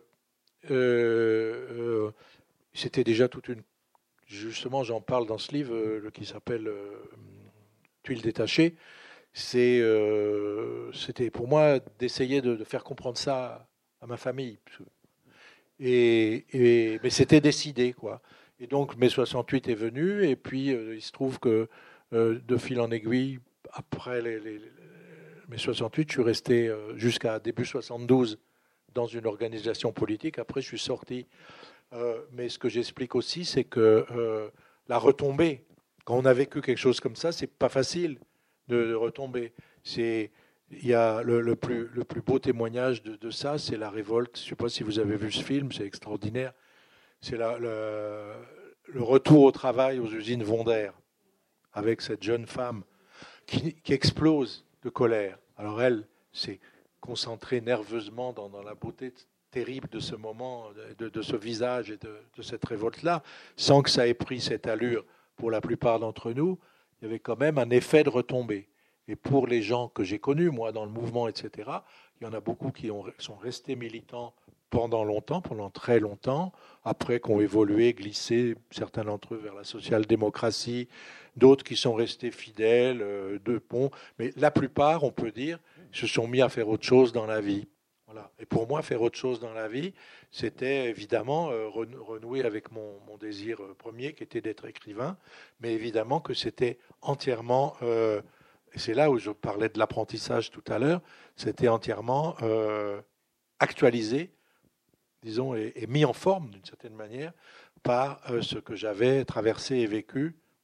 c'était déjà toute une. Justement, j'en parle dans ce livre qui s'appelle Tuiles détachées. C'était pour moi d'essayer de faire comprendre ça à ma famille. Mais c'était décidé, quoi. Et donc, mai 68 est venu, et puis il se trouve que de fil en aiguille, après mai 68, je suis resté jusqu'à début 72 dans une organisation politique. Après, je suis sorti. Mais ce que j'explique aussi, c'est que la retombée, quand on a vécu quelque chose comme ça, c'est pas facile de retomber. Il y a le plus beau témoignage de ça, c'est la révolte. Je ne sais pas si vous avez vu ce film, c'est extraordinaire. C'est le retour au travail aux usines Vondaire, avec cette jeune femme qui explose de colère. Alors elle s'est concentrée nerveusement dans la beauté terrible de ce moment, de ce visage et de cette révolte-là, sans que ça ait pris cette allure pour la plupart d'entre nous. Il y avait quand même un effet de retombée. Et pour les gens que j'ai connus, moi, dans le mouvement, etc., il y en a beaucoup qui sont restés militants pendant longtemps, pendant très longtemps, après qui ont évolué, glissé, certains d'entre eux vers la social-démocratie, d'autres qui sont restés fidèles, mais la plupart, on peut dire, se sont mis à faire autre chose dans la vie. Voilà. Et pour moi, faire autre chose dans la vie, c'était évidemment renouer avec mon désir premier, qui était d'être écrivain, mais évidemment que c'était entièrement... et c'est là où je parlais de l'apprentissage tout à l'heure, c'était entièrement actualisé, disons, et mis en forme d'une certaine manière par ce que j'avais traversé et vécu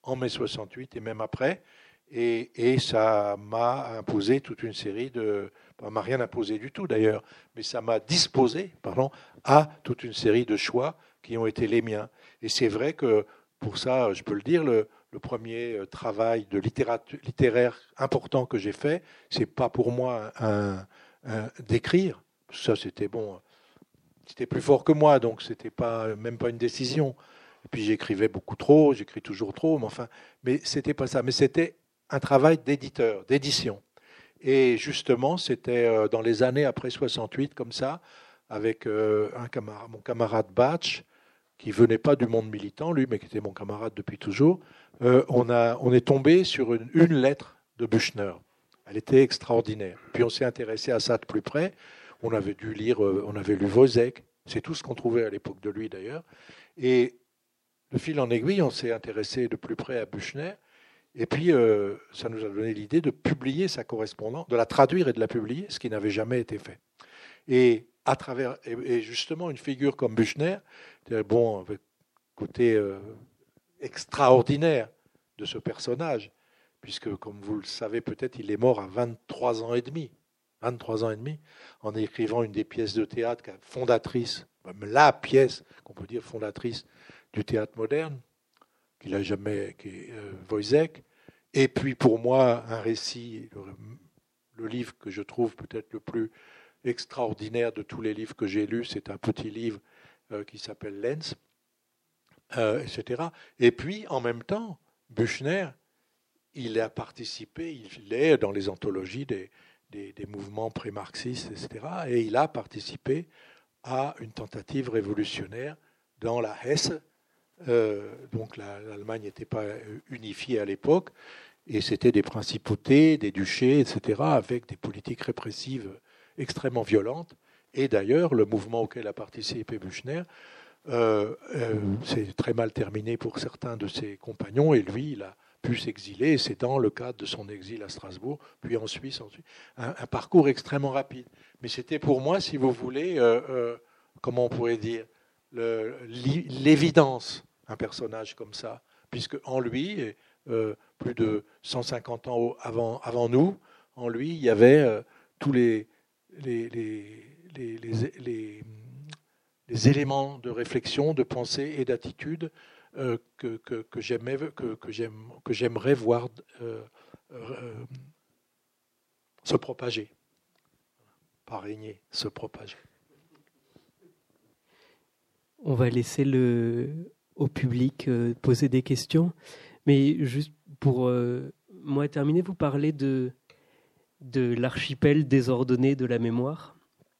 en mai 68 et même après. Et ça m'a imposé toute une série de... Ça m'a rien imposé du tout d'ailleurs, mais ça m'a disposé, à toute une série de choix qui ont été les miens. Et c'est vrai que, pour ça, je peux le dire, le premier travail de littéraire important que j'ai fait, c'est pas pour moi d'écrire. Ça, c'était bon, c'était plus fort que moi, donc c'était même pas une décision. Et puis j'écrivais beaucoup trop, j'écris toujours trop, mais c'était pas ça. Mais c'était un travail d'éditeur, d'édition. Et justement, c'était dans les années après 68, comme ça, avec mon camarade Batch, qui venait pas du monde militant, lui, mais qui était mon camarade depuis toujours. On est tombé sur une lettre de Büchner. Elle était extraordinaire. Puis on s'est intéressé à ça de plus près. On avait dû lire, on avait lu Wozzeck. C'est tout ce qu'on trouvait à l'époque de lui, d'ailleurs. Et de fil en aiguille, on s'est intéressé de plus près à Büchner. Et puis, ça nous a donné l'idée de publier sa correspondance, de la traduire et de la publier, ce qui n'avait jamais été fait. Et à travers, et justement, une figure comme Büchner, bon, avec côté extraordinaire de ce personnage, puisque, comme vous le savez peut-être, il est mort à 23 ans et demi, en écrivant une des pièces de théâtre fondatrice, même la pièce qu'on peut dire fondatrice du théâtre moderne, qu'il a jamais, qui est Wozzeck. Et puis pour moi, un récit, le livre que je trouve peut-être le plus extraordinaire de tous les livres que j'ai lus, c'est un petit livre qui s'appelle Lenz, etc. Et puis en même temps, Büchner, il a participé, il est dans les anthologies des mouvements pré-marxistes, etc. Et il a participé à une tentative révolutionnaire dans la Hesse. Donc l'Allemagne n'était pas unifiée à l'époque, et c'était des principautés, des duchés, etc., avec des politiques répressives extrêmement violentes. Et d'ailleurs, le mouvement auquel a participé Büchner s'est très mal terminé pour certains de ses compagnons, et lui, il a pu s'exiler, et c'est dans le cadre de son exil à Strasbourg, puis en Suisse, un parcours extrêmement rapide. Mais c'était pour moi, si vous voulez, comment on pourrait dire, l'évidence, un personnage comme ça, puisque en lui, plus de 150 ans avant nous, en lui, il y avait tous les éléments de réflexion, de pensée et d'attitude que j'aimerais voir se propager, pas régner, se propager. On va laisser au public poser des questions. Mais juste pour moi terminer, vous parlez de l'archipel désordonné de la mémoire.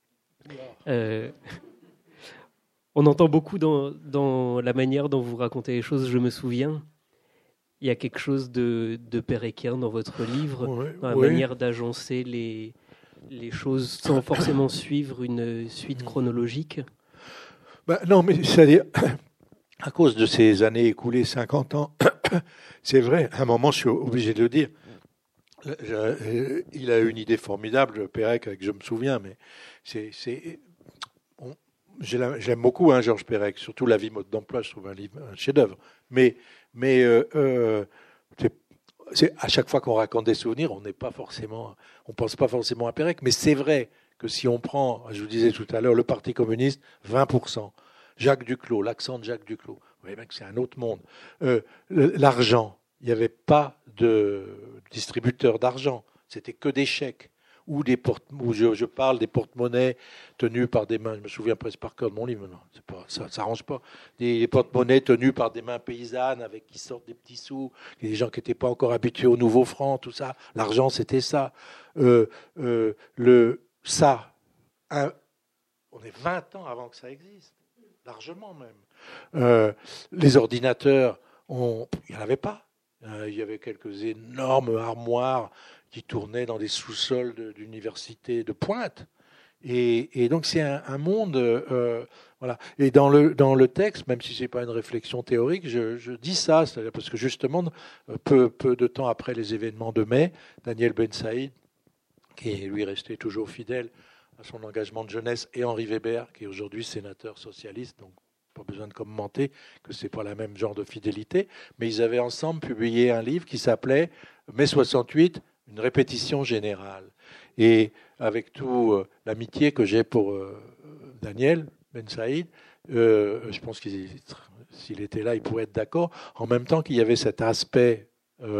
On entend beaucoup dans la manière dont vous racontez les choses, je me souviens. Il y a quelque chose de péréquien dans votre livre, dans la manière d'agencer les choses sans forcément suivre une suite chronologique. Non, mais c'est-à-dire, à cause de ces années écoulées, 50 ans, c'est vrai, à un moment, je suis obligé de le dire, il a une idée formidable, Pérec, je me souviens, mais j'aime beaucoup Georges Perec, surtout La vie mode d'emploi, je trouve un chef-d'œuvre. Mais c'est à chaque fois qu'on raconte des souvenirs, on pense pas forcément à Perec, mais c'est vrai que si on prend, je vous disais tout à l'heure, le Parti communiste, 20%. Jacques Duclos, l'accent de Jacques Duclos. Vous voyez bien que c'est un autre monde. L'argent, il n'y avait pas de distributeur d'argent, c'était que des chèques. Ou je parle des porte-monnaies tenues par des mains, je me souviens presque par cœur de mon livre, non, ça s'arrange pas. Des porte-monnaies tenues par des mains paysannes qui sortent des petits sous, des gens qui n'étaient pas encore habitués au nouveau franc, tout ça. L'argent, c'était ça. On est 20 ans avant que ça existe, largement même. Les ordinateurs, il n'y en avait pas. Il y avait quelques énormes armoires qui tournaient dans des sous-sols d'universités de pointe. Et donc c'est un monde... voilà. Et dans le texte, même si ce n'est pas une réflexion théorique, je dis ça, c'est-à-dire parce que justement, peu de temps après les événements de mai, Daniel Ben Saïd, qui est lui resté toujours fidèle à son engagement de jeunesse, et Henri Weber, qui est aujourd'hui sénateur socialiste, donc pas besoin de commenter que c'est pas le même genre de fidélité, mais ils avaient ensemble publié un livre qui s'appelait Mai 68, une répétition générale. Et avec tout l'amitié que j'ai pour Daniel Ben Saïd, je pense qu'il s'il était là, il pourrait être d'accord. En même temps qu'il y avait cet aspect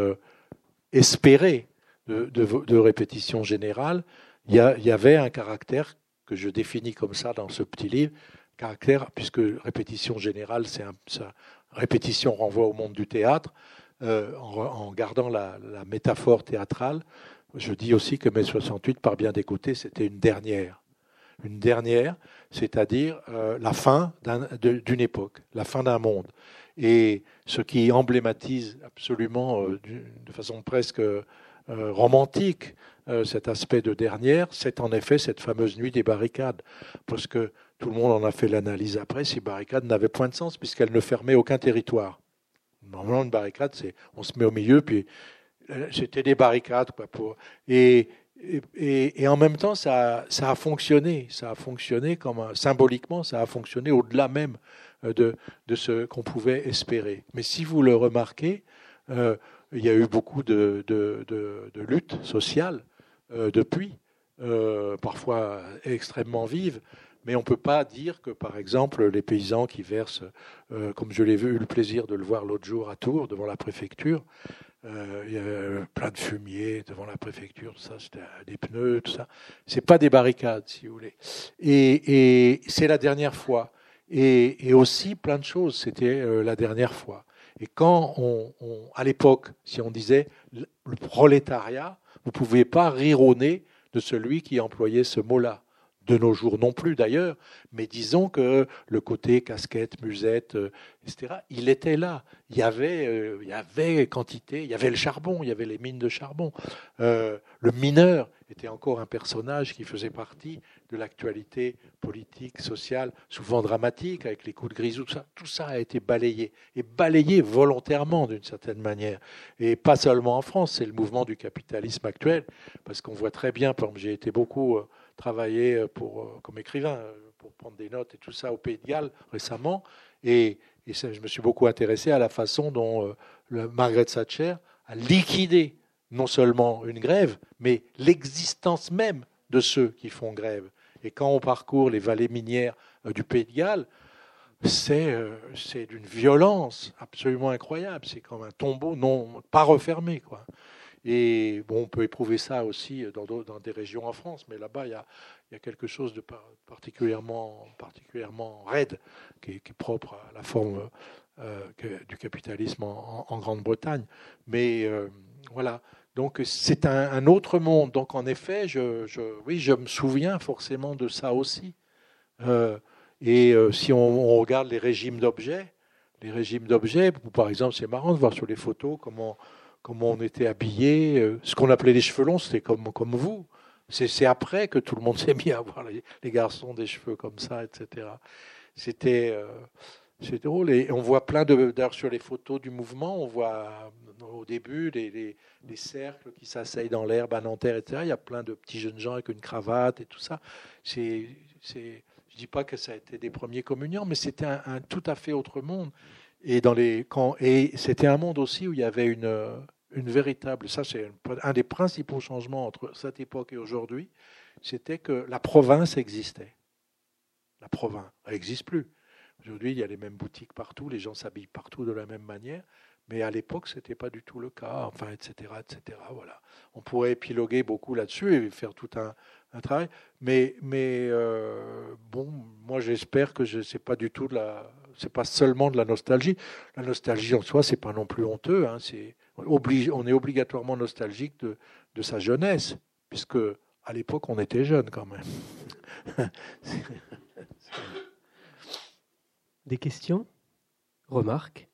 espéré de répétition générale, il y avait un caractère que je définis comme ça dans ce petit livre, caractère, puisque répétition générale, répétition renvoie au monde du théâtre, en gardant la métaphore théâtrale, je dis aussi que mai 68, par bien des côtés, c'était une dernière. Une dernière, c'est-à-dire la fin d'une époque, la fin d'un monde. Et ce qui emblématise absolument, de façon presque romantique, cet aspect de dernière, c'est en effet cette fameuse nuit des barricades. Parce que tout le monde en a fait l'analyse après, ces barricades n'avaient point de sens puisqu'elles ne fermaient aucun territoire. Normalement, une barricade, c'est on se met au milieu, puis c'était des barricades, quoi. Et en même temps, ça a fonctionné. Ça a fonctionné symboliquement, ça a fonctionné au-delà même de ce qu'on pouvait espérer. Mais si vous le remarquez, il y a eu beaucoup de luttes sociales depuis, parfois extrêmement vives. Mais on ne peut pas dire que, par exemple, les paysans qui versent, comme je l'ai eu le plaisir de le voir l'autre jour à Tours, devant la préfecture, il y a plein de fumier devant la préfecture, tout ça, c'était des pneus, tout ça. C'est pas des barricades, si vous voulez. Et c'est la dernière fois. Et aussi plein de choses, c'était la dernière fois. Et quand à l'époque, si on disait le prolétariat, vous ne pouviez pas rire au nez de celui qui employait ce mot-là. De nos jours non plus d'ailleurs, mais disons que le côté casquette, musette, etc., il était là. Il y avait quantité, il y avait le charbon, il y avait les mines de charbon. Le mineur était encore un personnage qui faisait partie de l'actualité politique, sociale, souvent dramatique, avec les coups de grisou, tout ça a été balayé, et balayé volontairement d'une certaine manière. Et pas seulement en France, c'est le mouvement du capitalisme actuel, parce qu'on voit très bien, par exemple, j'ai été beaucoup travaillé comme écrivain, pour prendre des notes et tout ça au Pays de Galles récemment, et je me suis beaucoup intéressé à la façon dont Margaret Thatcher a liquidé non seulement une grève, mais l'existence même de ceux qui font grève. Et quand on parcourt les vallées minières du Pays de Galles, c'est d'une violence absolument incroyable. C'est comme un tombeau pas refermé, quoi. Et bon, on peut éprouver ça aussi dans des régions en France, mais là-bas, il y a quelque chose de particulièrement raide, qui est propre à la forme du capitalisme en Grande-Bretagne. Mais voilà. Donc c'est un autre monde. Donc en effet, oui, je me souviens forcément de ça aussi. Si on regarde les régimes d'objets, par exemple, c'est marrant de voir sur les photos comment on était habillés. Ce qu'on appelait les cheveux longs, c'était comme vous. C'est après que tout le monde s'est mis à avoir les garçons des cheveux comme ça, etc. C'est drôle. Et on voit plein d'ailleurs sur les photos du mouvement, on voit au début les cercles qui s'asseyent dans l'herbe à Nanterre, etc. Il y a plein de petits jeunes gens avec une cravate et tout ça. Je ne dis pas que ça a été des premiers communiants, mais c'était un tout à fait autre monde. Et c'était un monde aussi où il y avait une véritable, ça c'est un des principaux changements entre cette époque et aujourd'hui, c'était que la province existait. La province, elle n'existe plus. Aujourd'hui, il y a les mêmes boutiques partout, les gens s'habillent partout de la même manière, mais à l'époque, ce n'était pas du tout le cas, enfin, etc., etc. Voilà. On pourrait épiloguer beaucoup là-dessus et faire tout un travail, mais bon, moi j'espère que c'est pas du tout c'est pas seulement de la nostalgie. La nostalgie en soi, c'est pas non plus honteux. Hein, on est obligatoirement nostalgique de sa jeunesse, puisque à l'époque on était jeune quand même. Des questions? Remarques?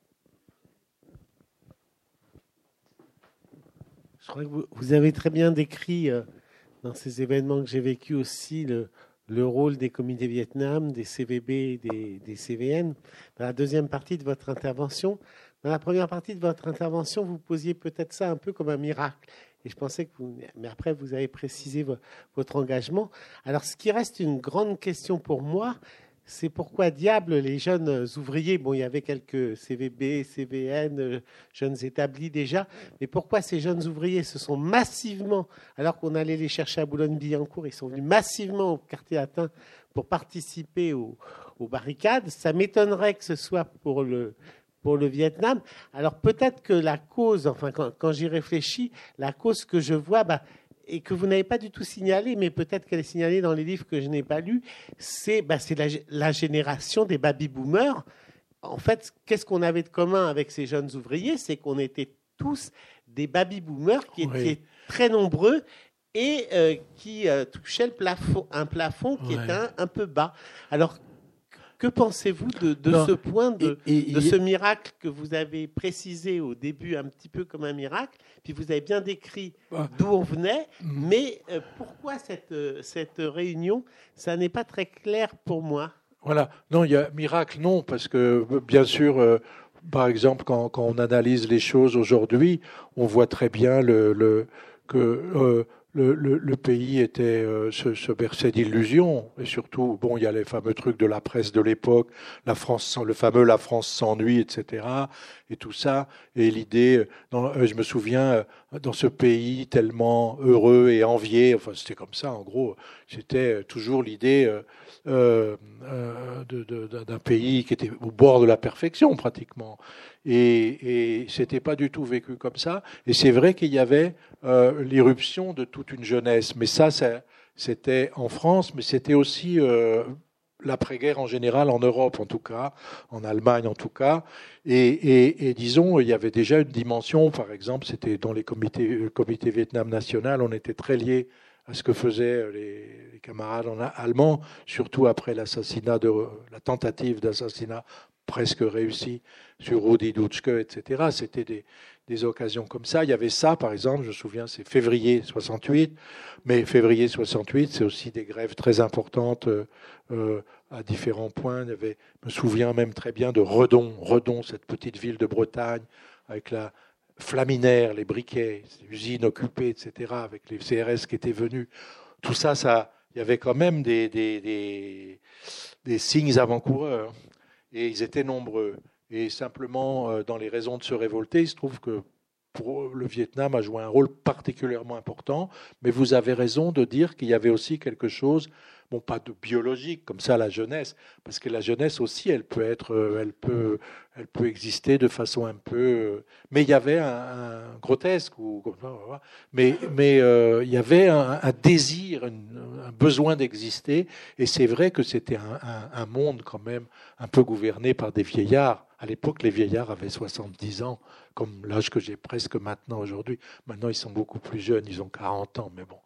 Je crois que vous avez très bien décrit dans ces événements que j'ai vécus aussi le rôle des comités Vietnam, des CVB, des CVN. Dans la deuxième partie de votre intervention, dans la première partie de votre intervention, vous posiez peut-être ça un peu comme un miracle. Et je pensais que mais après vous avez précisé votre engagement. Alors ce qui reste une grande question pour moi, c'est pourquoi diable les jeunes ouvriers, bon, il y avait quelques CVB, CVN, jeunes établis déjà, mais pourquoi ces jeunes ouvriers se sont massivement, alors qu'on allait les chercher à Boulogne-Billancourt, ils sont venus massivement au quartier latin pour participer aux barricades. Ça m'étonnerait que ce soit pour le Vietnam. Alors peut-être que la cause, enfin quand j'y réfléchis, la cause que je vois, et que vous n'avez pas du tout signalé, mais peut-être qu'elle est signalée dans les livres que je n'ai pas lus, c'est la génération des baby-boomers. En fait, qu'est-ce qu'on avait de commun avec ces jeunes ouvriers? C'est qu'on était tous des baby-boomers qui étaient très nombreux et qui touchaient un plafond qui était un peu bas. Alors, que pensez-vous de ce point, de ce miracle que vous avez précisé au début un petit peu comme un miracle, puis vous avez bien décrit d'où on venait, mais pourquoi cette réunion? Ça n'est pas très clair pour moi. Voilà. Non, il y a miracle, non, parce que bien sûr, par exemple, quand on analyse les choses aujourd'hui, on voit très bien que le pays était se berçait d'illusions, et surtout, bon, il y a les fameux trucs de la presse de l'époque, la France s'ennuie, etc. et tout ça, et l'idée, je me souviens, dans ce pays tellement heureux et envié, enfin c'était comme ça, en gros, c'était toujours l'idée d'un pays qui était au bord de la perfection pratiquement, et c'était pas du tout vécu comme ça, et c'est vrai qu'il y avait l'irruption de toute une jeunesse. Mais ça, c'était en France, mais c'était aussi l'après-guerre en général, en Europe en tout cas, en Allemagne en tout cas. Et disons, il y avait déjà une dimension, par exemple, c'était dans le comité Vietnam national, on était très liés à ce que faisaient les camarades allemands, surtout après la tentative d'assassinat presque réussi sur Rudi Dutschke, etc. C'était des occasions comme ça. Il y avait ça, par exemple, je me souviens, c'est février 68, mais février 68, c'est aussi des grèves très importantes à différents points. Je me souviens même très bien de Redon, cette petite ville de Bretagne, avec la Flaminaire, les briquets, les usines occupées, etc., avec les CRS qui étaient venus. Tout ça, il y avait quand même des signes avant-coureurs. Et ils étaient nombreux. Et simplement, dans les raisons de se révolter, il se trouve que pour le Vietnam a joué un rôle particulièrement important. Mais vous avez raison de dire qu'il y avait aussi quelque chose, bon, pas de biologique, comme ça, la jeunesse, parce que la jeunesse aussi, elle peut exister de façon un peu. Mais il y avait un grotesque, mais il y avait un désir, un besoin d'exister. Et c'est vrai que c'était un monde quand même un peu gouverné par des vieillards. À l'époque, les vieillards avaient 70 ans, comme l'âge que j'ai presque maintenant aujourd'hui. Maintenant, ils sont beaucoup plus jeunes, ils ont 40 ans, mais bon.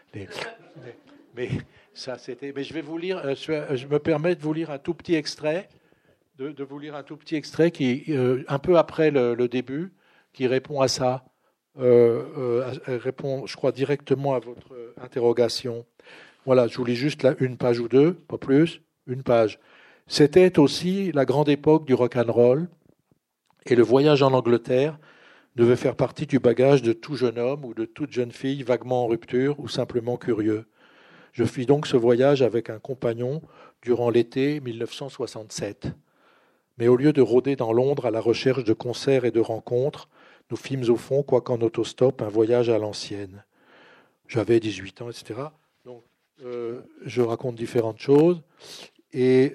Mais ça, c'était. Mais je vais vous lire. Je me permets de vous lire un tout petit extrait, de vous lire un tout petit extrait qui, un peu après le début, qui répond à ça. Répond, je crois, directement à votre interrogation. Voilà, je vous lis juste une page ou deux, pas plus, une page. C'était aussi la grande époque du rock'n'roll, et le voyage en Angleterre devait faire partie du bagage de tout jeune homme ou de toute jeune fille vaguement en rupture ou simplement curieux. Je fis donc ce voyage avec un compagnon durant l'été 1967. Mais au lieu de rôder dans Londres à la recherche de concerts et de rencontres, nous fîmes au fond, quoiqu'en autostop, un voyage à l'ancienne. J'avais 18 ans, etc. Donc, je raconte différentes choses. Et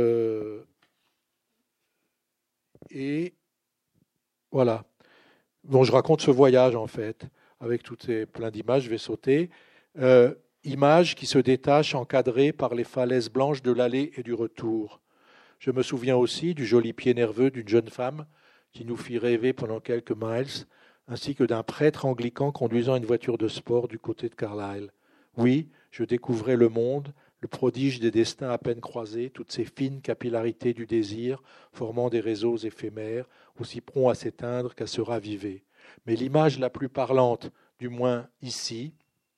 voilà. Bon, je raconte ce voyage, en fait, avec toutes ces plein d'images, je vais sauter. Images qui se détachent encadrées par les falaises blanches de l'aller et du retour. Je me souviens aussi du joli pied nerveux d'une jeune femme qui nous fit rêver pendant quelques miles, ainsi que d'un prêtre anglican conduisant une voiture de sport du côté de Carlisle. Oui, je découvrais le monde, le prodige des destins à peine croisés, toutes ces fines capillarités du désir, formant des réseaux éphémères, aussi prompts à s'éteindre qu'à se raviver. Mais l'image la plus parlante, du moins ici,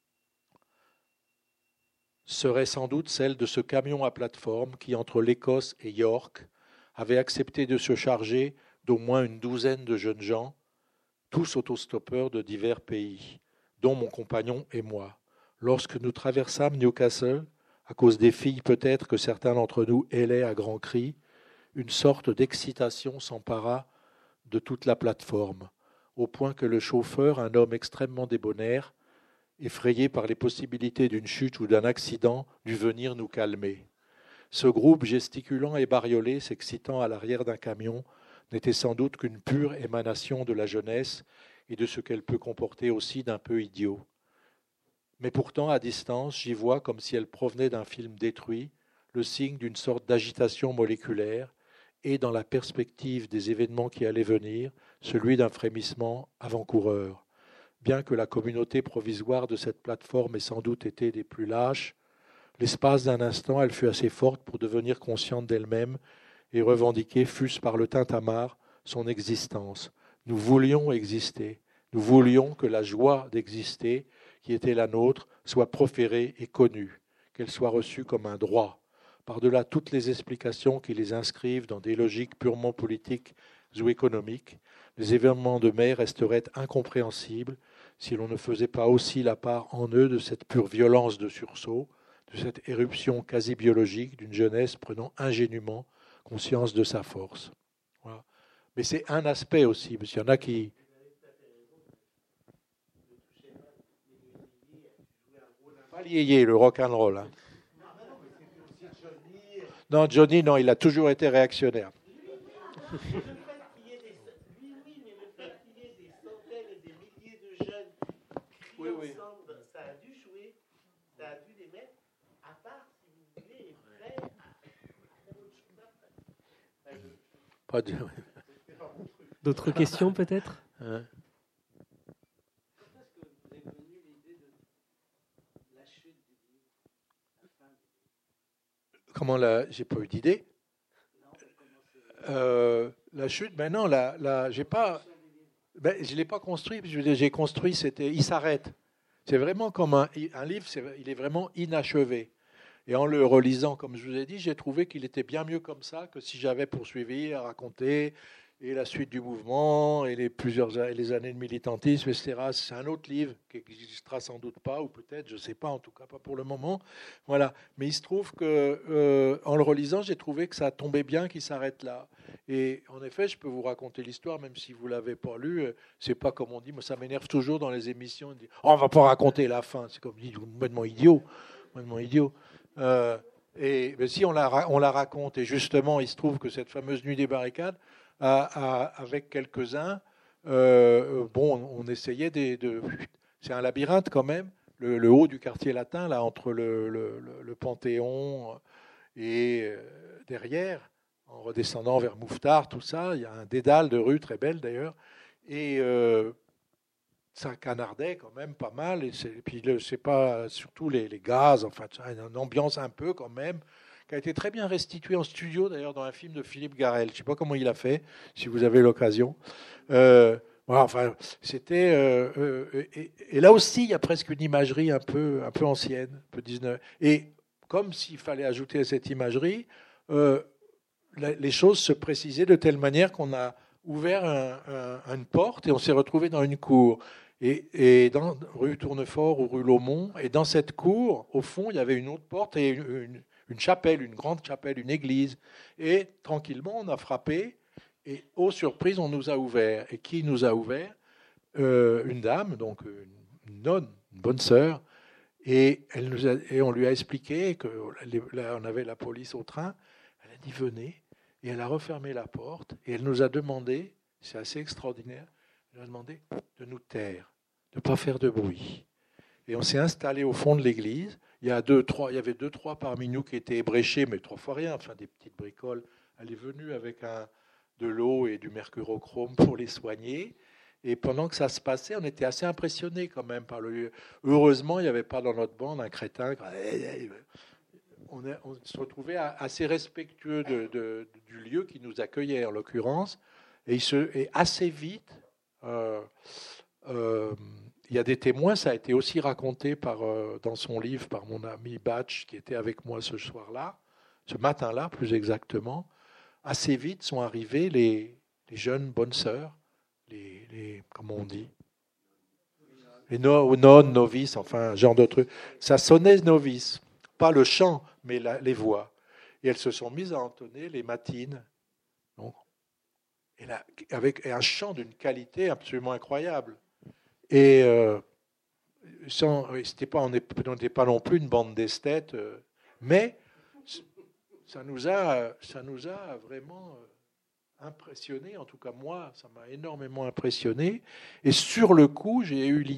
serait sans doute celle de ce camion à plateforme qui, entre l'Écosse et York, avait accepté de se charger d'au moins une douzaine de jeunes gens, tous autostoppeurs de divers pays, dont mon compagnon et moi. Lorsque nous traversâmes Newcastle, à cause des filles peut-être que certains d'entre nous hélaient à grands cris, une sorte d'excitation s'empara de toute la plateforme, au point que le chauffeur, un homme extrêmement débonnaire, effrayé par les possibilités d'une chute ou d'un accident, dut venir nous calmer. Ce groupe gesticulant et bariolé, s'excitant à l'arrière d'un camion, n'était sans doute qu'une pure émanation de la jeunesse et de ce qu'elle peut comporter aussi d'un peu idiot. Mais pourtant, à distance, j'y vois, comme si elle provenait d'un film détruit, le signe d'une sorte d'agitation moléculaire et, dans la perspective des événements qui allaient venir, celui d'un frémissement avant-coureur. Bien que la communauté provisoire de cette plateforme ait sans doute été des plus lâches, l'espace d'un instant, elle fut assez forte pour devenir consciente d'elle-même et revendiquer, fût-ce par le tintamarre, son existence. Nous voulions exister. Nous voulions que la joie d'exister, qui était la nôtre, soit proférée et connue, qu'elle soit reçue comme un droit, par-delà toutes les explications qui les inscrivent dans des logiques purement politiques ou économiques. Les événements de mai resteraient incompréhensibles si l'on ne faisait pas aussi la part en eux de cette pure violence de sursaut, de cette éruption quasi biologique d'une jeunesse prenant ingénument conscience de sa force. Voilà. Mais c'est un aspect aussi, parce qu'il y en a qui... Pas lié, le rock'n'roll. Hein. Non, Johnny, non, il a toujours été réactionnaire. Oui. Ça a dû jouer, ça a dû les mettre à part, si vous voulez, prêts à... Pas de... D'autres questions peut-être ? Hein? Pourquoi est-ce que vous avez connu l'idée de la chute du livre, la fin du livre? Comment la... J'ai pas eu d'idée. La chute, ben non, j'ai pas... Ben, je ne l'ai pas construit, j'ai construit, il s'arrête. C'est vraiment comme un livre, il est vraiment inachevé. Et en le relisant, comme je vous ai dit, j'ai trouvé qu'il était bien mieux comme ça que si j'avais poursuivi à raconter et la suite du mouvement et les années de militantisme, etc. C'est un autre livre qui n'existera sans doute pas, ou peut-être, je ne sais pas, en tout cas pas pour le moment. Voilà. Mais il se trouve que, en le relisant, j'ai trouvé que ça tombait bien qu'il s'arrête là. Et en effet, je peux vous raconter l'histoire, même si vous ne l'avez pas lu. C'est pas comme on dit, moi ça m'énerve toujours dans les émissions. On dit, oh, on ne va pas raconter la fin. C'est comme dit, complètement idiot. Mais si on la raconte, et justement, il se trouve que cette fameuse nuit des barricades, avec quelques-uns, on essayait c'est un labyrinthe quand même, le haut du quartier latin, là, entre le Panthéon et derrière, en redescendant vers Mouffetard, tout ça, il y a un dédale de rues très belle d'ailleurs, et ça canardait quand même pas mal, et puis c'est pas surtout les gaz, enfin, une ambiance un peu quand même, qui a été très bien restituée en studio, d'ailleurs, dans un film de Philippe Garrel. Je ne sais pas comment il a fait, si vous avez l'occasion. Voilà, enfin, c'était... et là aussi, il y a presque une imagerie un peu ancienne, un peu 19. Et comme s'il fallait ajouter à cette imagerie, les choses se précisaient de telle manière qu'on a ouvert une porte et on s'est retrouvé dans une cour. Et dans rue Tournefort ou rue Laumont. Et dans cette cour, au fond, il y avait une autre porte et une chapelle, une grande chapelle, une église. Et tranquillement, on a frappé. Et aux surprises, on nous a ouvert. Et qui nous a ouvert ? Une dame, donc une nonne, une bonne sœur. Et on lui a expliqué qu'on avait la police au train. Elle a dit venez. Et elle a refermé la porte. Et elle nous a demandé, c'est assez extraordinaire, elle nous a demandé de nous taire, de ne pas faire de bruit. Et on s'est installé au fond de l'église. Il y avait 2-3 parmi nous qui étaient ébréchés, mais 3 fois rien, enfin des petites bricoles. Elle est venue avec de l'eau et du mercurochrome pour les soigner. Et pendant que ça se passait, on était assez impressionnés quand même par le lieu. Heureusement, il n'y avait pas dans notre bande un crétin. On se retrouvait assez respectueux du lieu qui nous accueillait, en l'occurrence. Et assez vite, il y a des témoins, ça a été aussi raconté dans son livre par mon ami Batch, qui était avec moi ce soir-là, ce matin-là plus exactement. Assez vite sont arrivés les jeunes bonnes sœurs, comment on dit, les nonnes, novices, enfin, genre de truc. Ça sonnait novice. pas le chant, mais les voix. Et elles se sont mises à entonner les matines. Donc, avec un chant d'une qualité absolument incroyable. Et on n'était pas non plus une bande d'esthètes, mais ça nous a vraiment impressionné. En tout cas, moi, ça m'a énormément impressionné. Et sur le coup, j'ai eu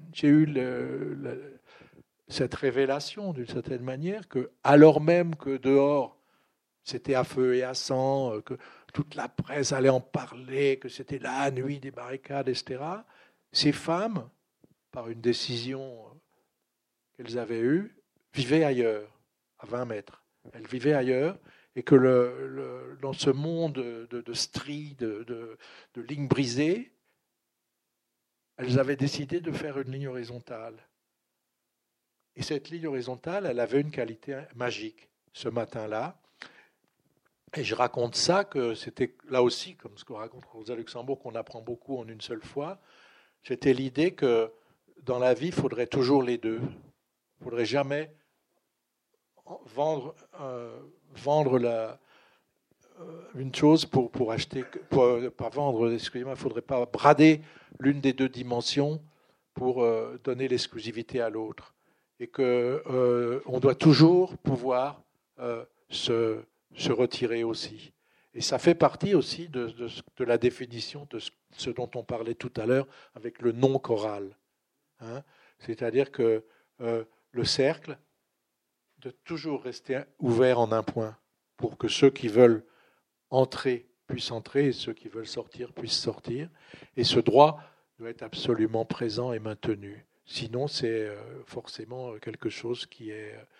cette révélation, d'une certaine manière, que, alors même que dehors, c'était à feu et à sang, que toute la presse allait en parler, que c'était la nuit des barricades, etc., ces femmes, par une décision qu'elles avaient eue, vivaient ailleurs, à 20 mètres. Elles vivaient ailleurs, et que dans ce monde de stries, de lignes brisées, elles avaient décidé de faire une ligne horizontale. Et cette ligne horizontale, elle avait une qualité magique ce matin-là. Et je raconte ça, que c'était là aussi, comme ce qu'on raconte Rosa Luxembourg, qu'on apprend beaucoup en une seule fois, c'était l'idée que dans la vie, il faudrait toujours les deux. Il ne faudrait jamais vendre une chose pour acheter, pas vendre, excusez-moi, il ne faudrait pas brader l'une des deux dimensions pour donner l'exclusivité à l'autre. Et qu'on doit toujours pouvoir se retirer aussi. Et ça fait partie aussi de la définition de ce dont on parlait tout à l'heure avec le non choral. Hein, c'est-à-dire que le cercle, de toujours rester ouvert en un point, pour que ceux qui veulent entrer puissent entrer et ceux qui veulent sortir puissent sortir. Et ce droit doit être absolument présent et maintenu. Sinon, c'est forcément quelque chose qui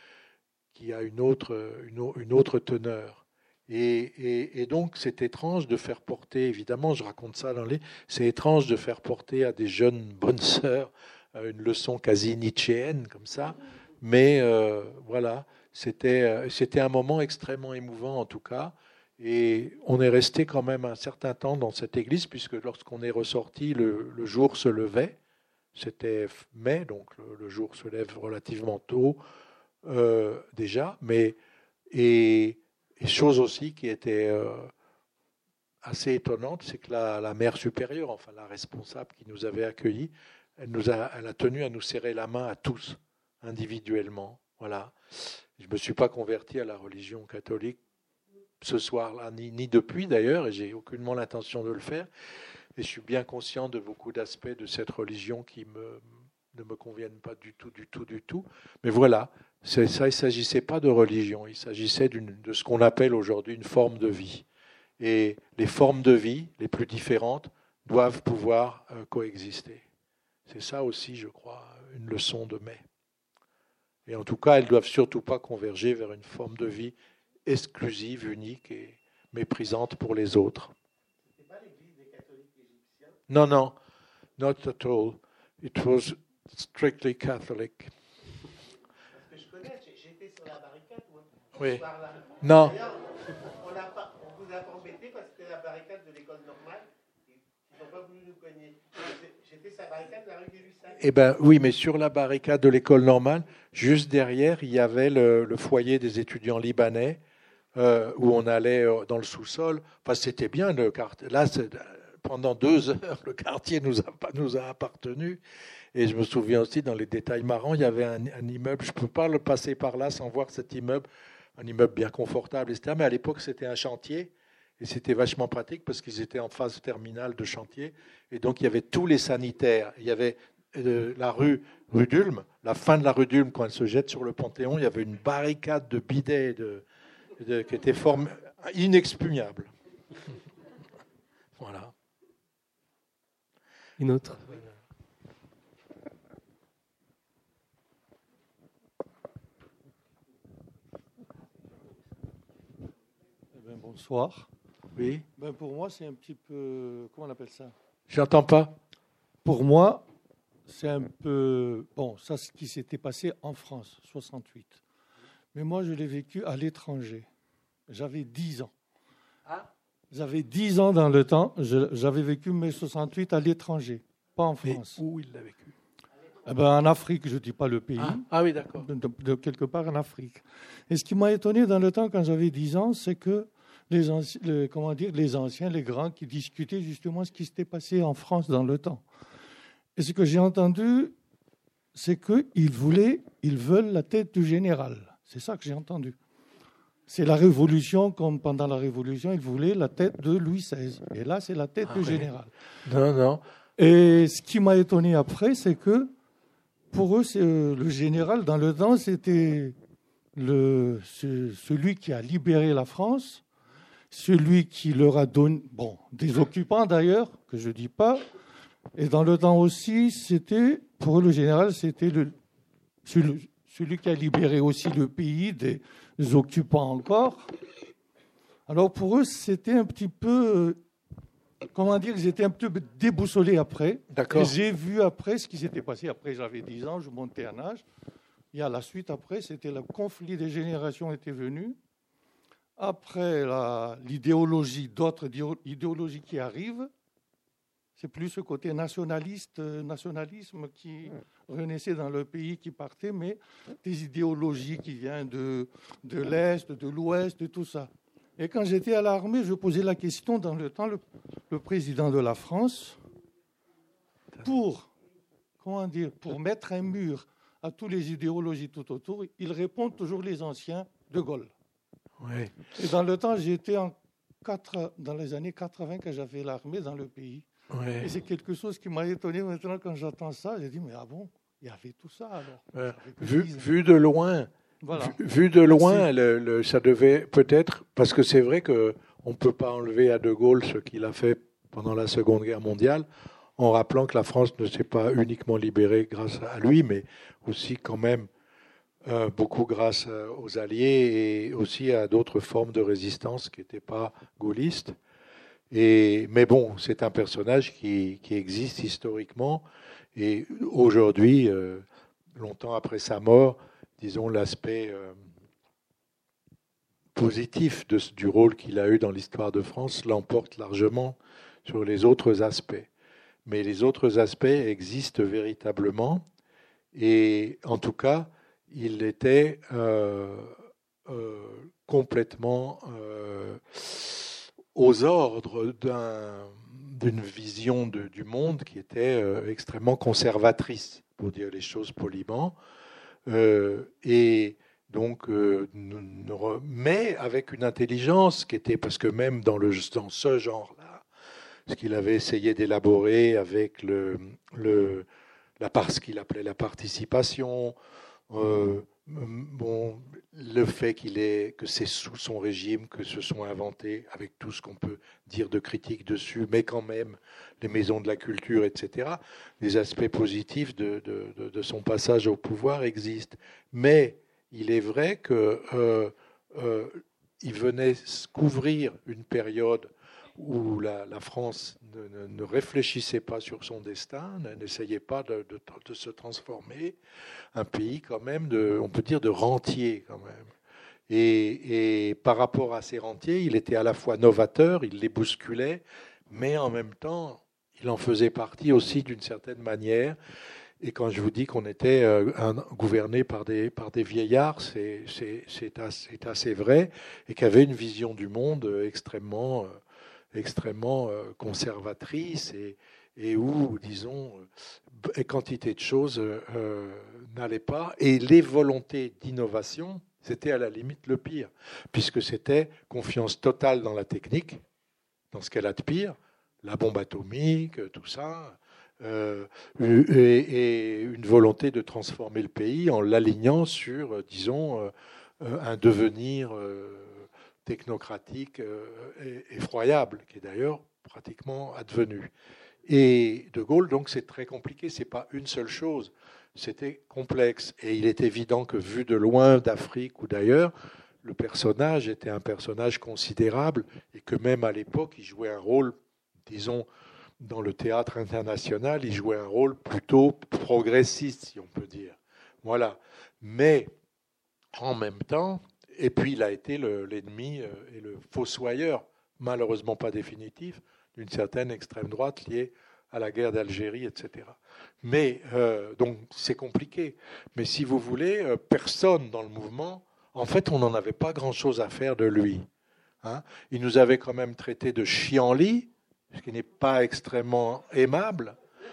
a une autre teneur. Et donc, c'est étrange de faire porter, évidemment, je raconte ça c'est étrange de faire porter à des jeunes bonnes sœurs une leçon quasi nietzschéenne, comme ça. Mais voilà, c'était un moment extrêmement émouvant, en tout cas. Et on est resté quand même un certain temps dans cette église, puisque lorsqu'on est ressorti, le jour se levait. C'était mai, donc le jour se lève relativement tôt déjà. Et chose aussi qui était assez étonnante, c'est que la mère supérieure, enfin la responsable qui nous avait accueillis, elle a tenu à nous serrer la main à tous, individuellement. Voilà. Je ne me suis pas converti à la religion catholique ce soir-là, ni depuis d'ailleurs, et j'ai aucunement l'intention de le faire. Et je suis bien conscient de beaucoup d'aspects de cette religion qui ne me conviennent pas du tout. Mais voilà, ça, il ne s'agissait pas de religion, il s'agissait de ce qu'on appelle aujourd'hui une forme de vie. Et les formes de vie les plus différentes doivent pouvoir coexister. C'est ça aussi, je crois, une leçon de mai. Et en tout cas, elles ne doivent surtout pas converger vers une forme de vie exclusive, unique et méprisante pour les autres. Ce n'était pas l'église des catholiques égyptiens? Non, not at all. It was strictly Catholic. Parce que je connais, j'étais sur la barricade, moi. Oui. Non. D'ailleurs, on vous a pas embêté parce que c'était la barricade de l'école normale. Ils n'ont pas voulu nous cogner. J'étais sur la barricade de la rue des Lussac. Eh bien, oui, mais sur la barricade de l'école normale, juste derrière, il y avait le foyer des étudiants libanais, où on allait dans le sous-sol. Enfin, c'était bien le quartier. Là, pendant 2 heures, le quartier nous a appartenu. Et je me souviens aussi, dans les détails marrants, il y avait un immeuble. Je ne peux pas le passer par là sans voir cet immeuble, un immeuble bien confortable, etc. Mais à l'époque, c'était un chantier. Et c'était vachement pratique parce qu'ils étaient en phase terminale de chantier. Et donc, il y avait tous les sanitaires. Il y avait la rue d'Ulm, la fin de la rue d'Ulm, quand elle se jette sur le Panthéon, il y avait une barricade de bidets qui était inexpugnable. Voilà. Une autre. Bonsoir. Oui. Pour moi, c'est un petit peu... Comment on appelle ça? J'entends pas. Pour moi, c'est un peu... Bon, ça, c'est ce qui s'était passé en France, 68. Mais moi, je l'ai vécu à l'étranger. J'avais 10 ans. Ah. J'avais 10 ans dans le temps. J'avais vécu mai 68 à l'étranger, pas en France. Mais où il l'a vécu? En Afrique, je ne dis pas le pays. Ah oui, d'accord. De quelque part en Afrique. Et ce qui m'a étonné dans le temps, quand j'avais 10 ans, c'est que les anciens, les grands, qui discutaient justement ce qui s'était passé en France dans le temps. Et ce que j'ai entendu, c'est qu'ils veulent la tête du général. C'est ça que j'ai entendu. C'est la Révolution, comme pendant la Révolution, ils voulaient la tête de Louis XVI. Et là, c'est la tête du général. Non. Et ce qui m'a étonné après, c'est que pour eux, le général, dans le temps, c'était celui qui a libéré la France, celui qui leur a donné, des occupants d'ailleurs, que je ne dis pas, et dans le temps aussi, pour eux, le général, c'était celui qui a libéré aussi le pays des occupants encore. Alors pour eux, c'était un petit peu, ils étaient un peu déboussolés après. D'accord. Et j'ai vu après ce qui s'était passé. Après, j'avais 10 ans, je montais en âge. Il y a la suite après, c'était le conflit des générations était venu. Après, d'autres idéologies qui arrivent. C'est plus ce côté nationalisme qui renaissait dans le pays, qui partait, mais des idéologies qui viennent de l'Est, de l'Ouest, de tout ça. Et quand j'étais à l'armée, je posais la question dans le temps, le président de la France, pour mettre un mur à toutes les idéologies tout autour, il répond toujours les anciens, De Gaulle. Oui. Et dans le temps, j'étais dans les années 80 quand j'avais l'armée dans le pays. Ouais. Et c'est quelque chose qui m'a étonné maintenant quand j'entends ça. J'ai dit, mais il y avait tout ça alors. Vu de loin, voilà. Vu de loin, ça devait peut-être, parce que c'est vrai qu'on ne peut pas enlever à De Gaulle ce qu'il a fait pendant la Seconde Guerre mondiale, en rappelant que la France ne s'est pas uniquement libérée grâce à lui, mais aussi quand même beaucoup grâce aux Alliés et aussi à d'autres formes de résistance qui n'étaient pas gaullistes. Mais bon, c'est un personnage qui existe historiquement et aujourd'hui, longtemps après sa mort, disons l'aspect positif du rôle qu'il a eu dans l'histoire de France l'emporte largement sur les autres aspects. Mais les autres aspects existent véritablement et en tout cas, il était complètement aux ordres d'une vision du monde qui était extrêmement conservatrice, pour dire les choses poliment, et donc, mais avec une intelligence qui était, parce que même dans ce genre-là, ce qu'il avait essayé d'élaborer avec ce qu'il appelait la participation, le fait que c'est sous son régime que se sont inventés, avec tout ce qu'on peut dire de critique dessus, mais quand même les maisons de la culture, etc., les aspects positifs de son passage au pouvoir existent. Mais il est vrai qu'il venait couvrir une période où la France ne réfléchissait pas sur son destin, n'essayait pas de se transformer, un pays quand même, on peut dire de rentiers quand même. Et par rapport à ces rentiers, il était à la fois novateur, il les bousculait, mais en même temps, il en faisait partie aussi d'une certaine manière. Et quand je vous dis qu'on était gouverné par des vieillards, c'est assez vrai, et qu'il avait une vision du monde extrêmement conservatrice et où, disons, quantité de choses n'allaient pas. Et les volontés d'innovation, c'était à la limite le pire, puisque c'était confiance totale dans la technique, dans ce qu'elle a de pire, la bombe atomique, tout ça, et une volonté de transformer le pays en l'alignant sur, disons, un devenir technocratique effroyable, qui est d'ailleurs pratiquement advenu. Et De Gaulle, donc, c'est très compliqué, c'est pas une seule chose, c'était complexe. Et il est évident que, vu de loin, d'Afrique ou d'ailleurs, le personnage était un personnage considérable et que même à l'époque, il jouait un rôle, disons, dans le théâtre international, il jouait un rôle plutôt progressiste, si on peut dire. Voilà. Mais, en même temps, et puis il a été l'ennemi et le fossoyeur, malheureusement pas définitif, d'une certaine extrême droite liée à la guerre d'Algérie, etc. Mais, donc, c'est compliqué. Mais si vous voulez, personne dans le mouvement, en fait, on n'en avait pas grand-chose à faire de lui. Hein. Il nous avait quand même traité de chienlit, ce qui n'est pas extrêmement aimable.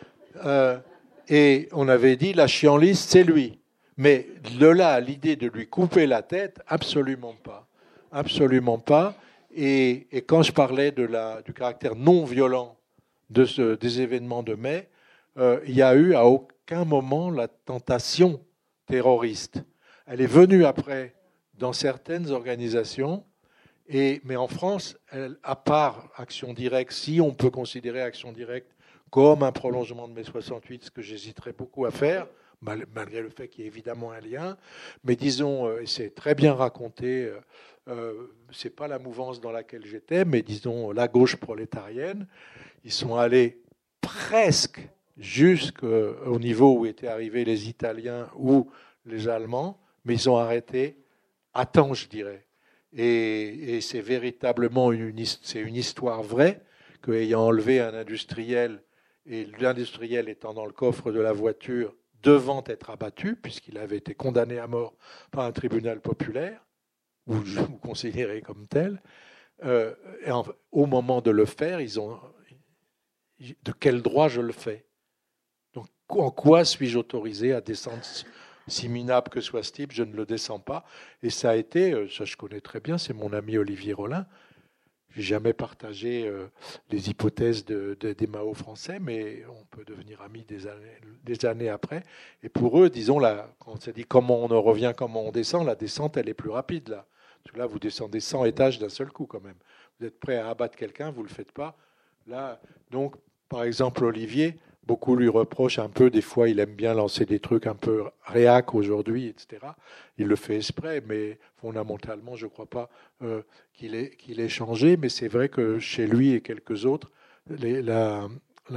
Et on avait dit, la chienliste, c'est lui. Mais de là à l'idée de lui couper la tête, absolument pas. Absolument pas. Et quand je parlais du caractère non violent des événements de mai, il n'y a eu à aucun moment la tentation terroriste. Elle est venue après dans certaines organisations, mais en France, à part Action Directe, si on peut considérer Action Directe comme un prolongement de mai 68, ce que j'hésiterais beaucoup à faire, malgré le fait qu'il y ait évidemment un lien, mais disons, et c'est très bien raconté, c'est pas la mouvance dans laquelle j'étais, mais disons la gauche prolétarienne, ils sont allés presque jusqu'au niveau où étaient arrivés les Italiens ou les Allemands, mais ils ont arrêté à temps, je dirais. Et c'est véritablement une histoire vraie qu'ayant enlevé un industriel, et l'industriel étant dans le coffre de la voiture, devant être abattu, puisqu'il avait été condamné à mort par un tribunal populaire, ou considéré comme tel, au moment de le faire, ils ont... De quel droit je le fais? Donc, en quoi suis-je autorisé à descendre? Si minable que soit ce type, je ne le descends pas. Et ça a été, ça je connais très bien, c'est mon ami Olivier Rollin. Je n'ai jamais partagé les hypothèses des Mao français, mais on peut devenir amis des années après. Et pour eux, disons, quand on s'est dit comment on en revient, comment on descend, la descente, elle est plus rapide. Là. Parce que là, vous descendez 100 étages d'un seul coup quand même. Vous êtes prêt à abattre quelqu'un, vous ne le faites pas. Là, donc, par exemple, Olivier, beaucoup lui reprochent un peu, des fois, il aime bien lancer des trucs un peu réac aujourd'hui, etc. Il le fait exprès, mais fondamentalement, je ne crois pas qu'il ait changé. Mais c'est vrai que chez lui et quelques autres, le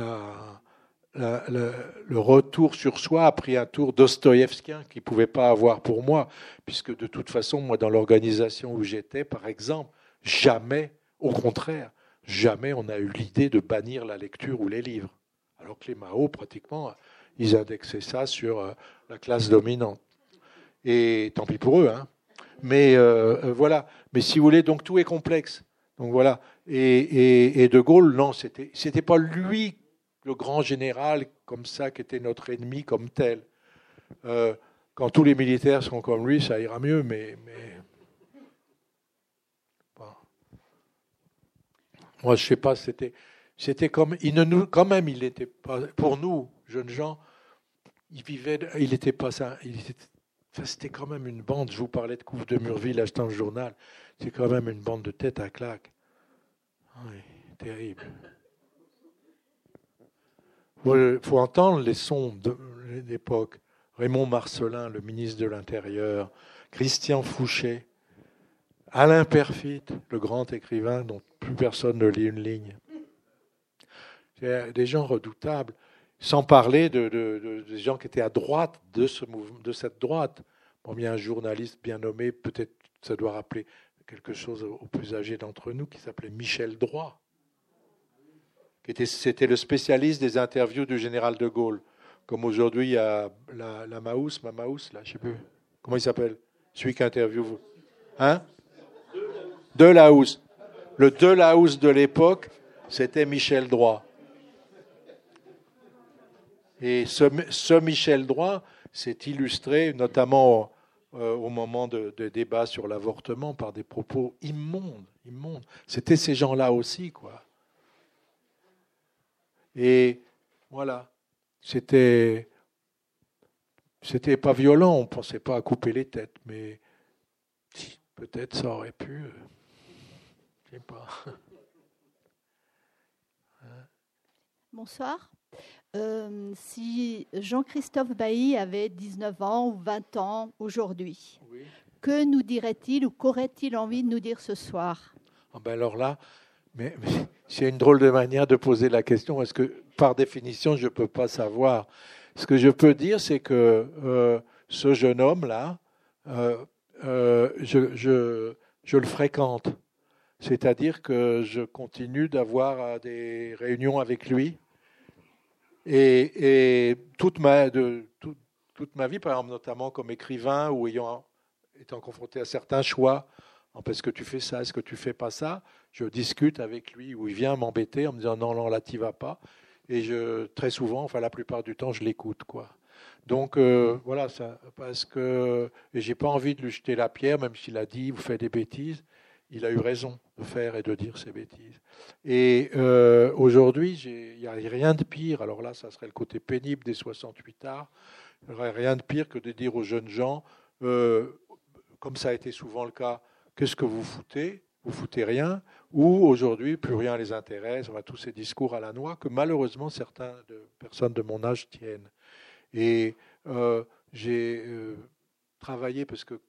retour sur soi a pris un tour dostoïevskien qu'il ne pouvait pas avoir pour moi, puisque de toute façon, moi, dans l'organisation où j'étais, par exemple, jamais, au contraire, jamais on a eu l'idée de bannir la lecture ou les livres. Alors que les Mao, pratiquement, ils indexaient ça sur la classe dominante. Et tant pis pour eux. Hein. Mais voilà. Mais si vous voulez, donc tout est complexe. Donc voilà. Et De Gaulle, non, c'était pas lui, le grand général, comme ça, qui était notre ennemi comme tel. Quand tous les militaires sont comme lui, ça ira mieux, mais... Moi, je ne sais pas, c'était comme... quand même, il n'était pas... Pour nous, jeunes gens, il n'était pas ça. C'était quand même une bande. Je vous parlais de Couve de Murville, achetant le journal. C'est quand même une bande de tête à claque. Oui, terrible. Il faut entendre les sons de l'époque. Raymond Marcellin, le ministre de l'Intérieur, Christian Fouché, Alain Perfit, le grand écrivain dont plus personne ne lit une ligne. Des gens redoutables, sans parler des gens qui étaient à droite de cette droite. Bon, il y a un journaliste bien nommé, peut-être ça doit rappeler quelque chose aux plus âgés d'entre nous, qui s'appelait Michel Droit, c'était le spécialiste des interviews du général de Gaulle. Comme aujourd'hui, il y a Mamaous, là, je ne sais plus. Comment il s'appelle? Celui qui interviewe. Hein? Delahousse. Le Delahousse de l'époque, c'était Michel Droit. Et ce Michel Droit s'est illustré, notamment au moment de débats sur l'avortement, par des propos immondes. C'était ces gens-là aussi, quoi. Et voilà, c'était pas violent, on ne pensait pas à couper les têtes, mais peut-être ça aurait pu, je ne sais pas. Bonsoir. Si Jean-Christophe Bailly avait 19 ans ou 20 ans aujourd'hui, oui, que nous dirait-il ou qu'aurait-il envie de nous dire ce soir? Alors là, mais c'est une drôle de manière de poser la question, parce que par définition, je ne peux pas savoir. Ce que je peux dire, c'est que ce jeune homme-là, je le fréquente. C'est-à-dire que je continue d'avoir des réunions avec lui. Et toute ma vie, par exemple, notamment comme écrivain ou étant confronté à certains choix, est-ce que tu fais ça, est-ce que tu fais pas ça, je discute avec lui ou il vient m'embêter en me disant non, là, t'y vas pas. Et très souvent, la plupart du temps, je l'écoute, quoi. Donc voilà, ça, parce que j'ai pas envie de lui jeter la pierre, même s'il a dit vous faites des bêtises. Il a eu raison de faire et de dire ces bêtises. Et aujourd'hui, il n'y a rien de pire. Alors là, ça serait le côté pénible des 68 arts. Il n'y aurait rien de pire que de dire aux jeunes gens, comme ça a été souvent le cas, qu'est-ce que vous foutez ? Vous foutez rien. Ou aujourd'hui, plus rien les intéresse. On a tous ces discours à la noix que malheureusement certaines personnes de mon âge tiennent. Et j'ai travaillé parce que,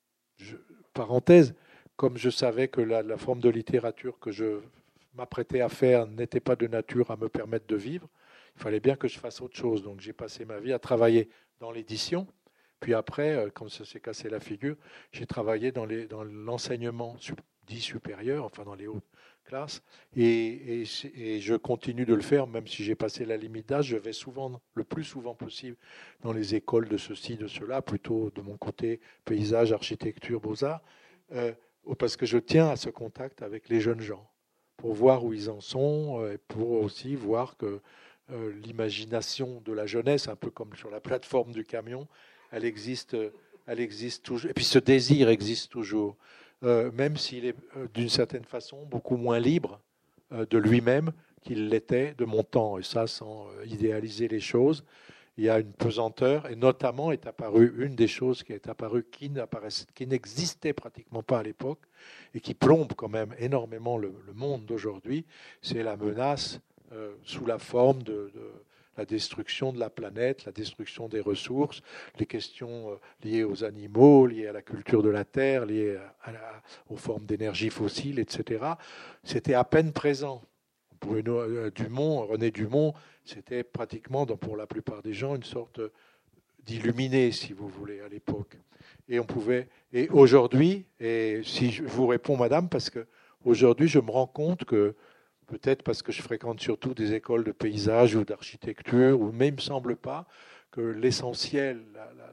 parenthèse, comme je savais que la forme de littérature que je m'apprêtais à faire n'était pas de nature à me permettre de vivre, il fallait bien que je fasse autre chose. Donc j'ai passé ma vie à travailler dans l'édition. Puis après, quand ça s'est cassé la figure, j'ai travaillé dans l'enseignement dit supérieur, dans les hautes classes. Et je continue de le faire, même si j'ai passé la limite d'âge. Je vais souvent, le plus souvent possible, dans les écoles de ceci, de cela, plutôt de mon côté paysage, architecture, beaux-arts. Parce que je tiens à ce contact avec les jeunes gens, pour voir où ils en sont, et pour aussi voir que l'imagination de la jeunesse, un peu comme sur la plateforme du camion, elle existe toujours. Et puis ce désir existe toujours, même s'il est d'une certaine façon beaucoup moins libre de lui-même qu'il l'était de mon temps, et ça sans idéaliser les choses. Il y a une pesanteur, et notamment est apparue une des choses qui est apparue qui n'existait pratiquement pas à l'époque, et qui plombe quand même énormément le monde d'aujourd'hui, c'est la menace sous la forme de la destruction de la planète, la destruction des ressources, les questions liées aux animaux, liées à la culture de la terre, liées aux formes d'énergie fossile, etc. C'était à peine présent. Pour René Dumont, c'était pratiquement, pour la plupart des gens, une sorte d'illuminé, si vous voulez, à l'époque. Et aujourd'hui, et si je vous réponds, madame, parce que aujourd'hui, je me rends compte que, peut-être parce que je fréquente surtout des écoles de paysage ou d'architecture, mais il ne me semble pas que l'essentiel,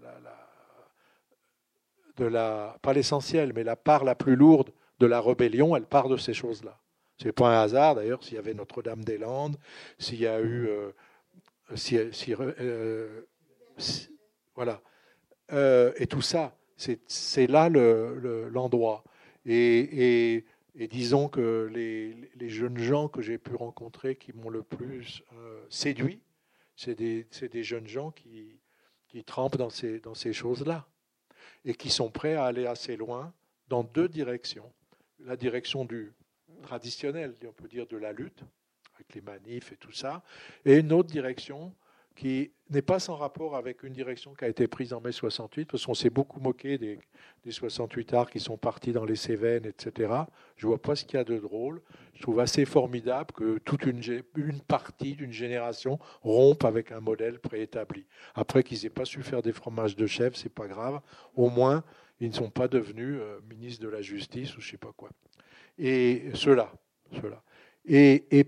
pas l'essentiel, mais la part la plus lourde de la rébellion, elle part de ces choses-là. Ce n'est pas un hasard, d'ailleurs, s'il y avait Notre-Dame-des-Landes, s'il y a eu... voilà. Et tout ça, c'est là l'endroit. Et disons que les jeunes gens que j'ai pu rencontrer qui m'ont le plus séduit, c'est des jeunes gens qui trempent dans ces choses-là et qui sont prêts à aller assez loin dans deux directions. La direction du traditionnel, on peut dire, de la lutte, avec les manifs et tout ça, et une autre direction qui n'est pas sans rapport avec une direction qui a été prise en mai 68, parce qu'on s'est beaucoup moqué des 68 arts qui sont partis dans les Cévennes, etc. Je ne vois pas ce qu'il y a de drôle. Je trouve assez formidable que toute une partie d'une génération rompe avec un modèle préétabli. Après qu'ils n'aient pas su faire des fromages de chèvre, c'est pas grave. Au moins, ils ne sont pas devenus ministres de la Justice ou je ne sais pas quoi. Et ceux-là. Et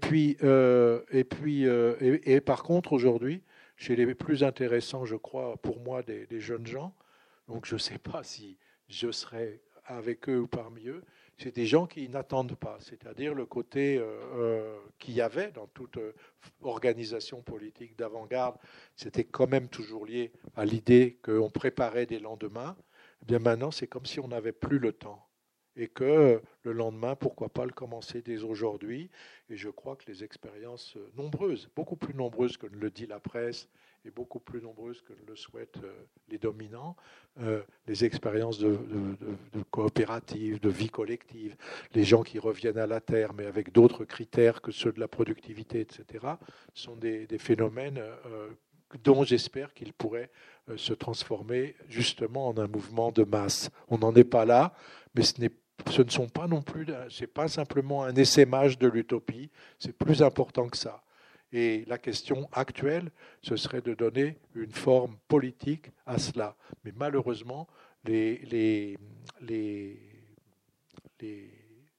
par contre, aujourd'hui, chez les plus intéressants, je crois, pour moi, des jeunes gens, donc je ne sais pas si je serai avec eux ou parmi eux, c'est des gens qui n'attendent pas, c'est-à-dire le côté qu'il y avait dans toute organisation politique d'avant-garde, c'était quand même toujours lié à l'idée qu'on préparait des lendemains. Eh bien maintenant, c'est comme si on n'avait plus le temps. Et que le lendemain, pourquoi pas le commencer dès aujourd'hui. Et je crois que les expériences nombreuses, beaucoup plus nombreuses que ne le dit la presse, et beaucoup plus nombreuses que ne le souhaitent les dominants, les expériences de coopérative, de vie collective, les gens qui reviennent à la terre, mais avec d'autres critères que ceux de la productivité, etc., sont des phénomènes dont j'espère qu'ils pourraient se transformer justement en un mouvement de masse. On n'en est pas là, mais ce ne sont pas non plus, c'est pas simplement un essaimage de l'utopie, c'est plus important que ça. Et la question actuelle, ce serait de donner une forme politique à cela. Mais malheureusement, les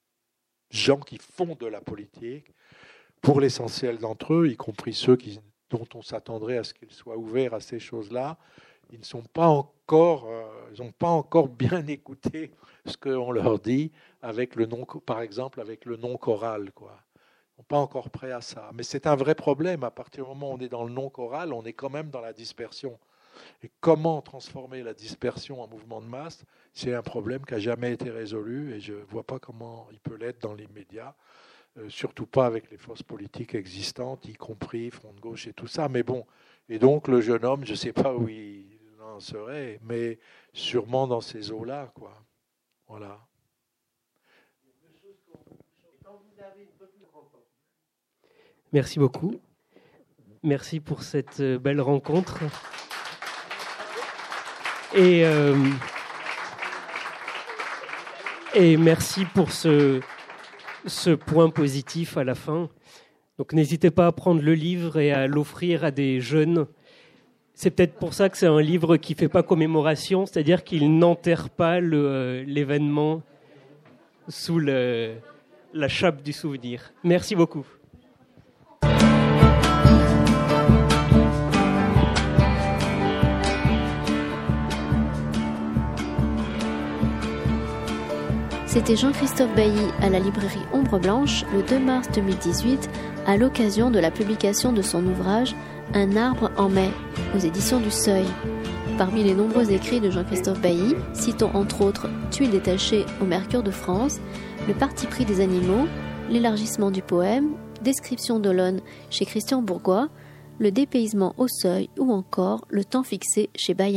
gens qui font de la politique, pour l'essentiel d'entre eux, y compris ceux qui dont on s'attendrait à ce qu'ils soient ouverts à ces choses-là, ils n'ont pas encore bien écouté ce qu'on leur dit avec le non, par exemple avec le non choral, quoi. Ils ne sont pas encore prêts à ça. Mais c'est un vrai problème. À partir du moment où on est dans le non choral, on est quand même dans la dispersion. Et comment transformer la dispersion en mouvement de masse, c'est un problème qui n'a jamais été résolu et je ne vois pas comment il peut l'être dans l'immédiat, surtout pas avec les forces politiques existantes, y compris Front de gauche et tout ça. Mais bon, et donc le jeune homme, je ne sais pas où il en serait, mais sûrement dans ces eaux-là, quoi. Voilà. Merci beaucoup. Merci pour cette belle rencontre. Et merci pour ce point positif à la fin. Donc n'hésitez pas à prendre le livre et à l'offrir à des jeunes. C'est peut-être pour ça que c'est un livre qui ne fait pas commémoration, c'est-à-dire qu'il n'enterre pas l'événement sous la chape du souvenir. Merci beaucoup. C'était Jean-Christophe Bailly à la librairie Ombre Blanche le 2 mars 2018 à l'occasion de la publication de son ouvrage « Un arbre en mai » aux éditions du Seuil. Parmi les nombreux écrits de Jean-Christophe Bailly, citons entre autres « Tuiles détachées au Mercure de France »,« Le parti pris des animaux »,« L'élargissement du poème »,« Description d'Olonne chez Christian Bourgois »,« Le dépaysement au Seuil » ou encore « Le temps fixé chez Bayard ».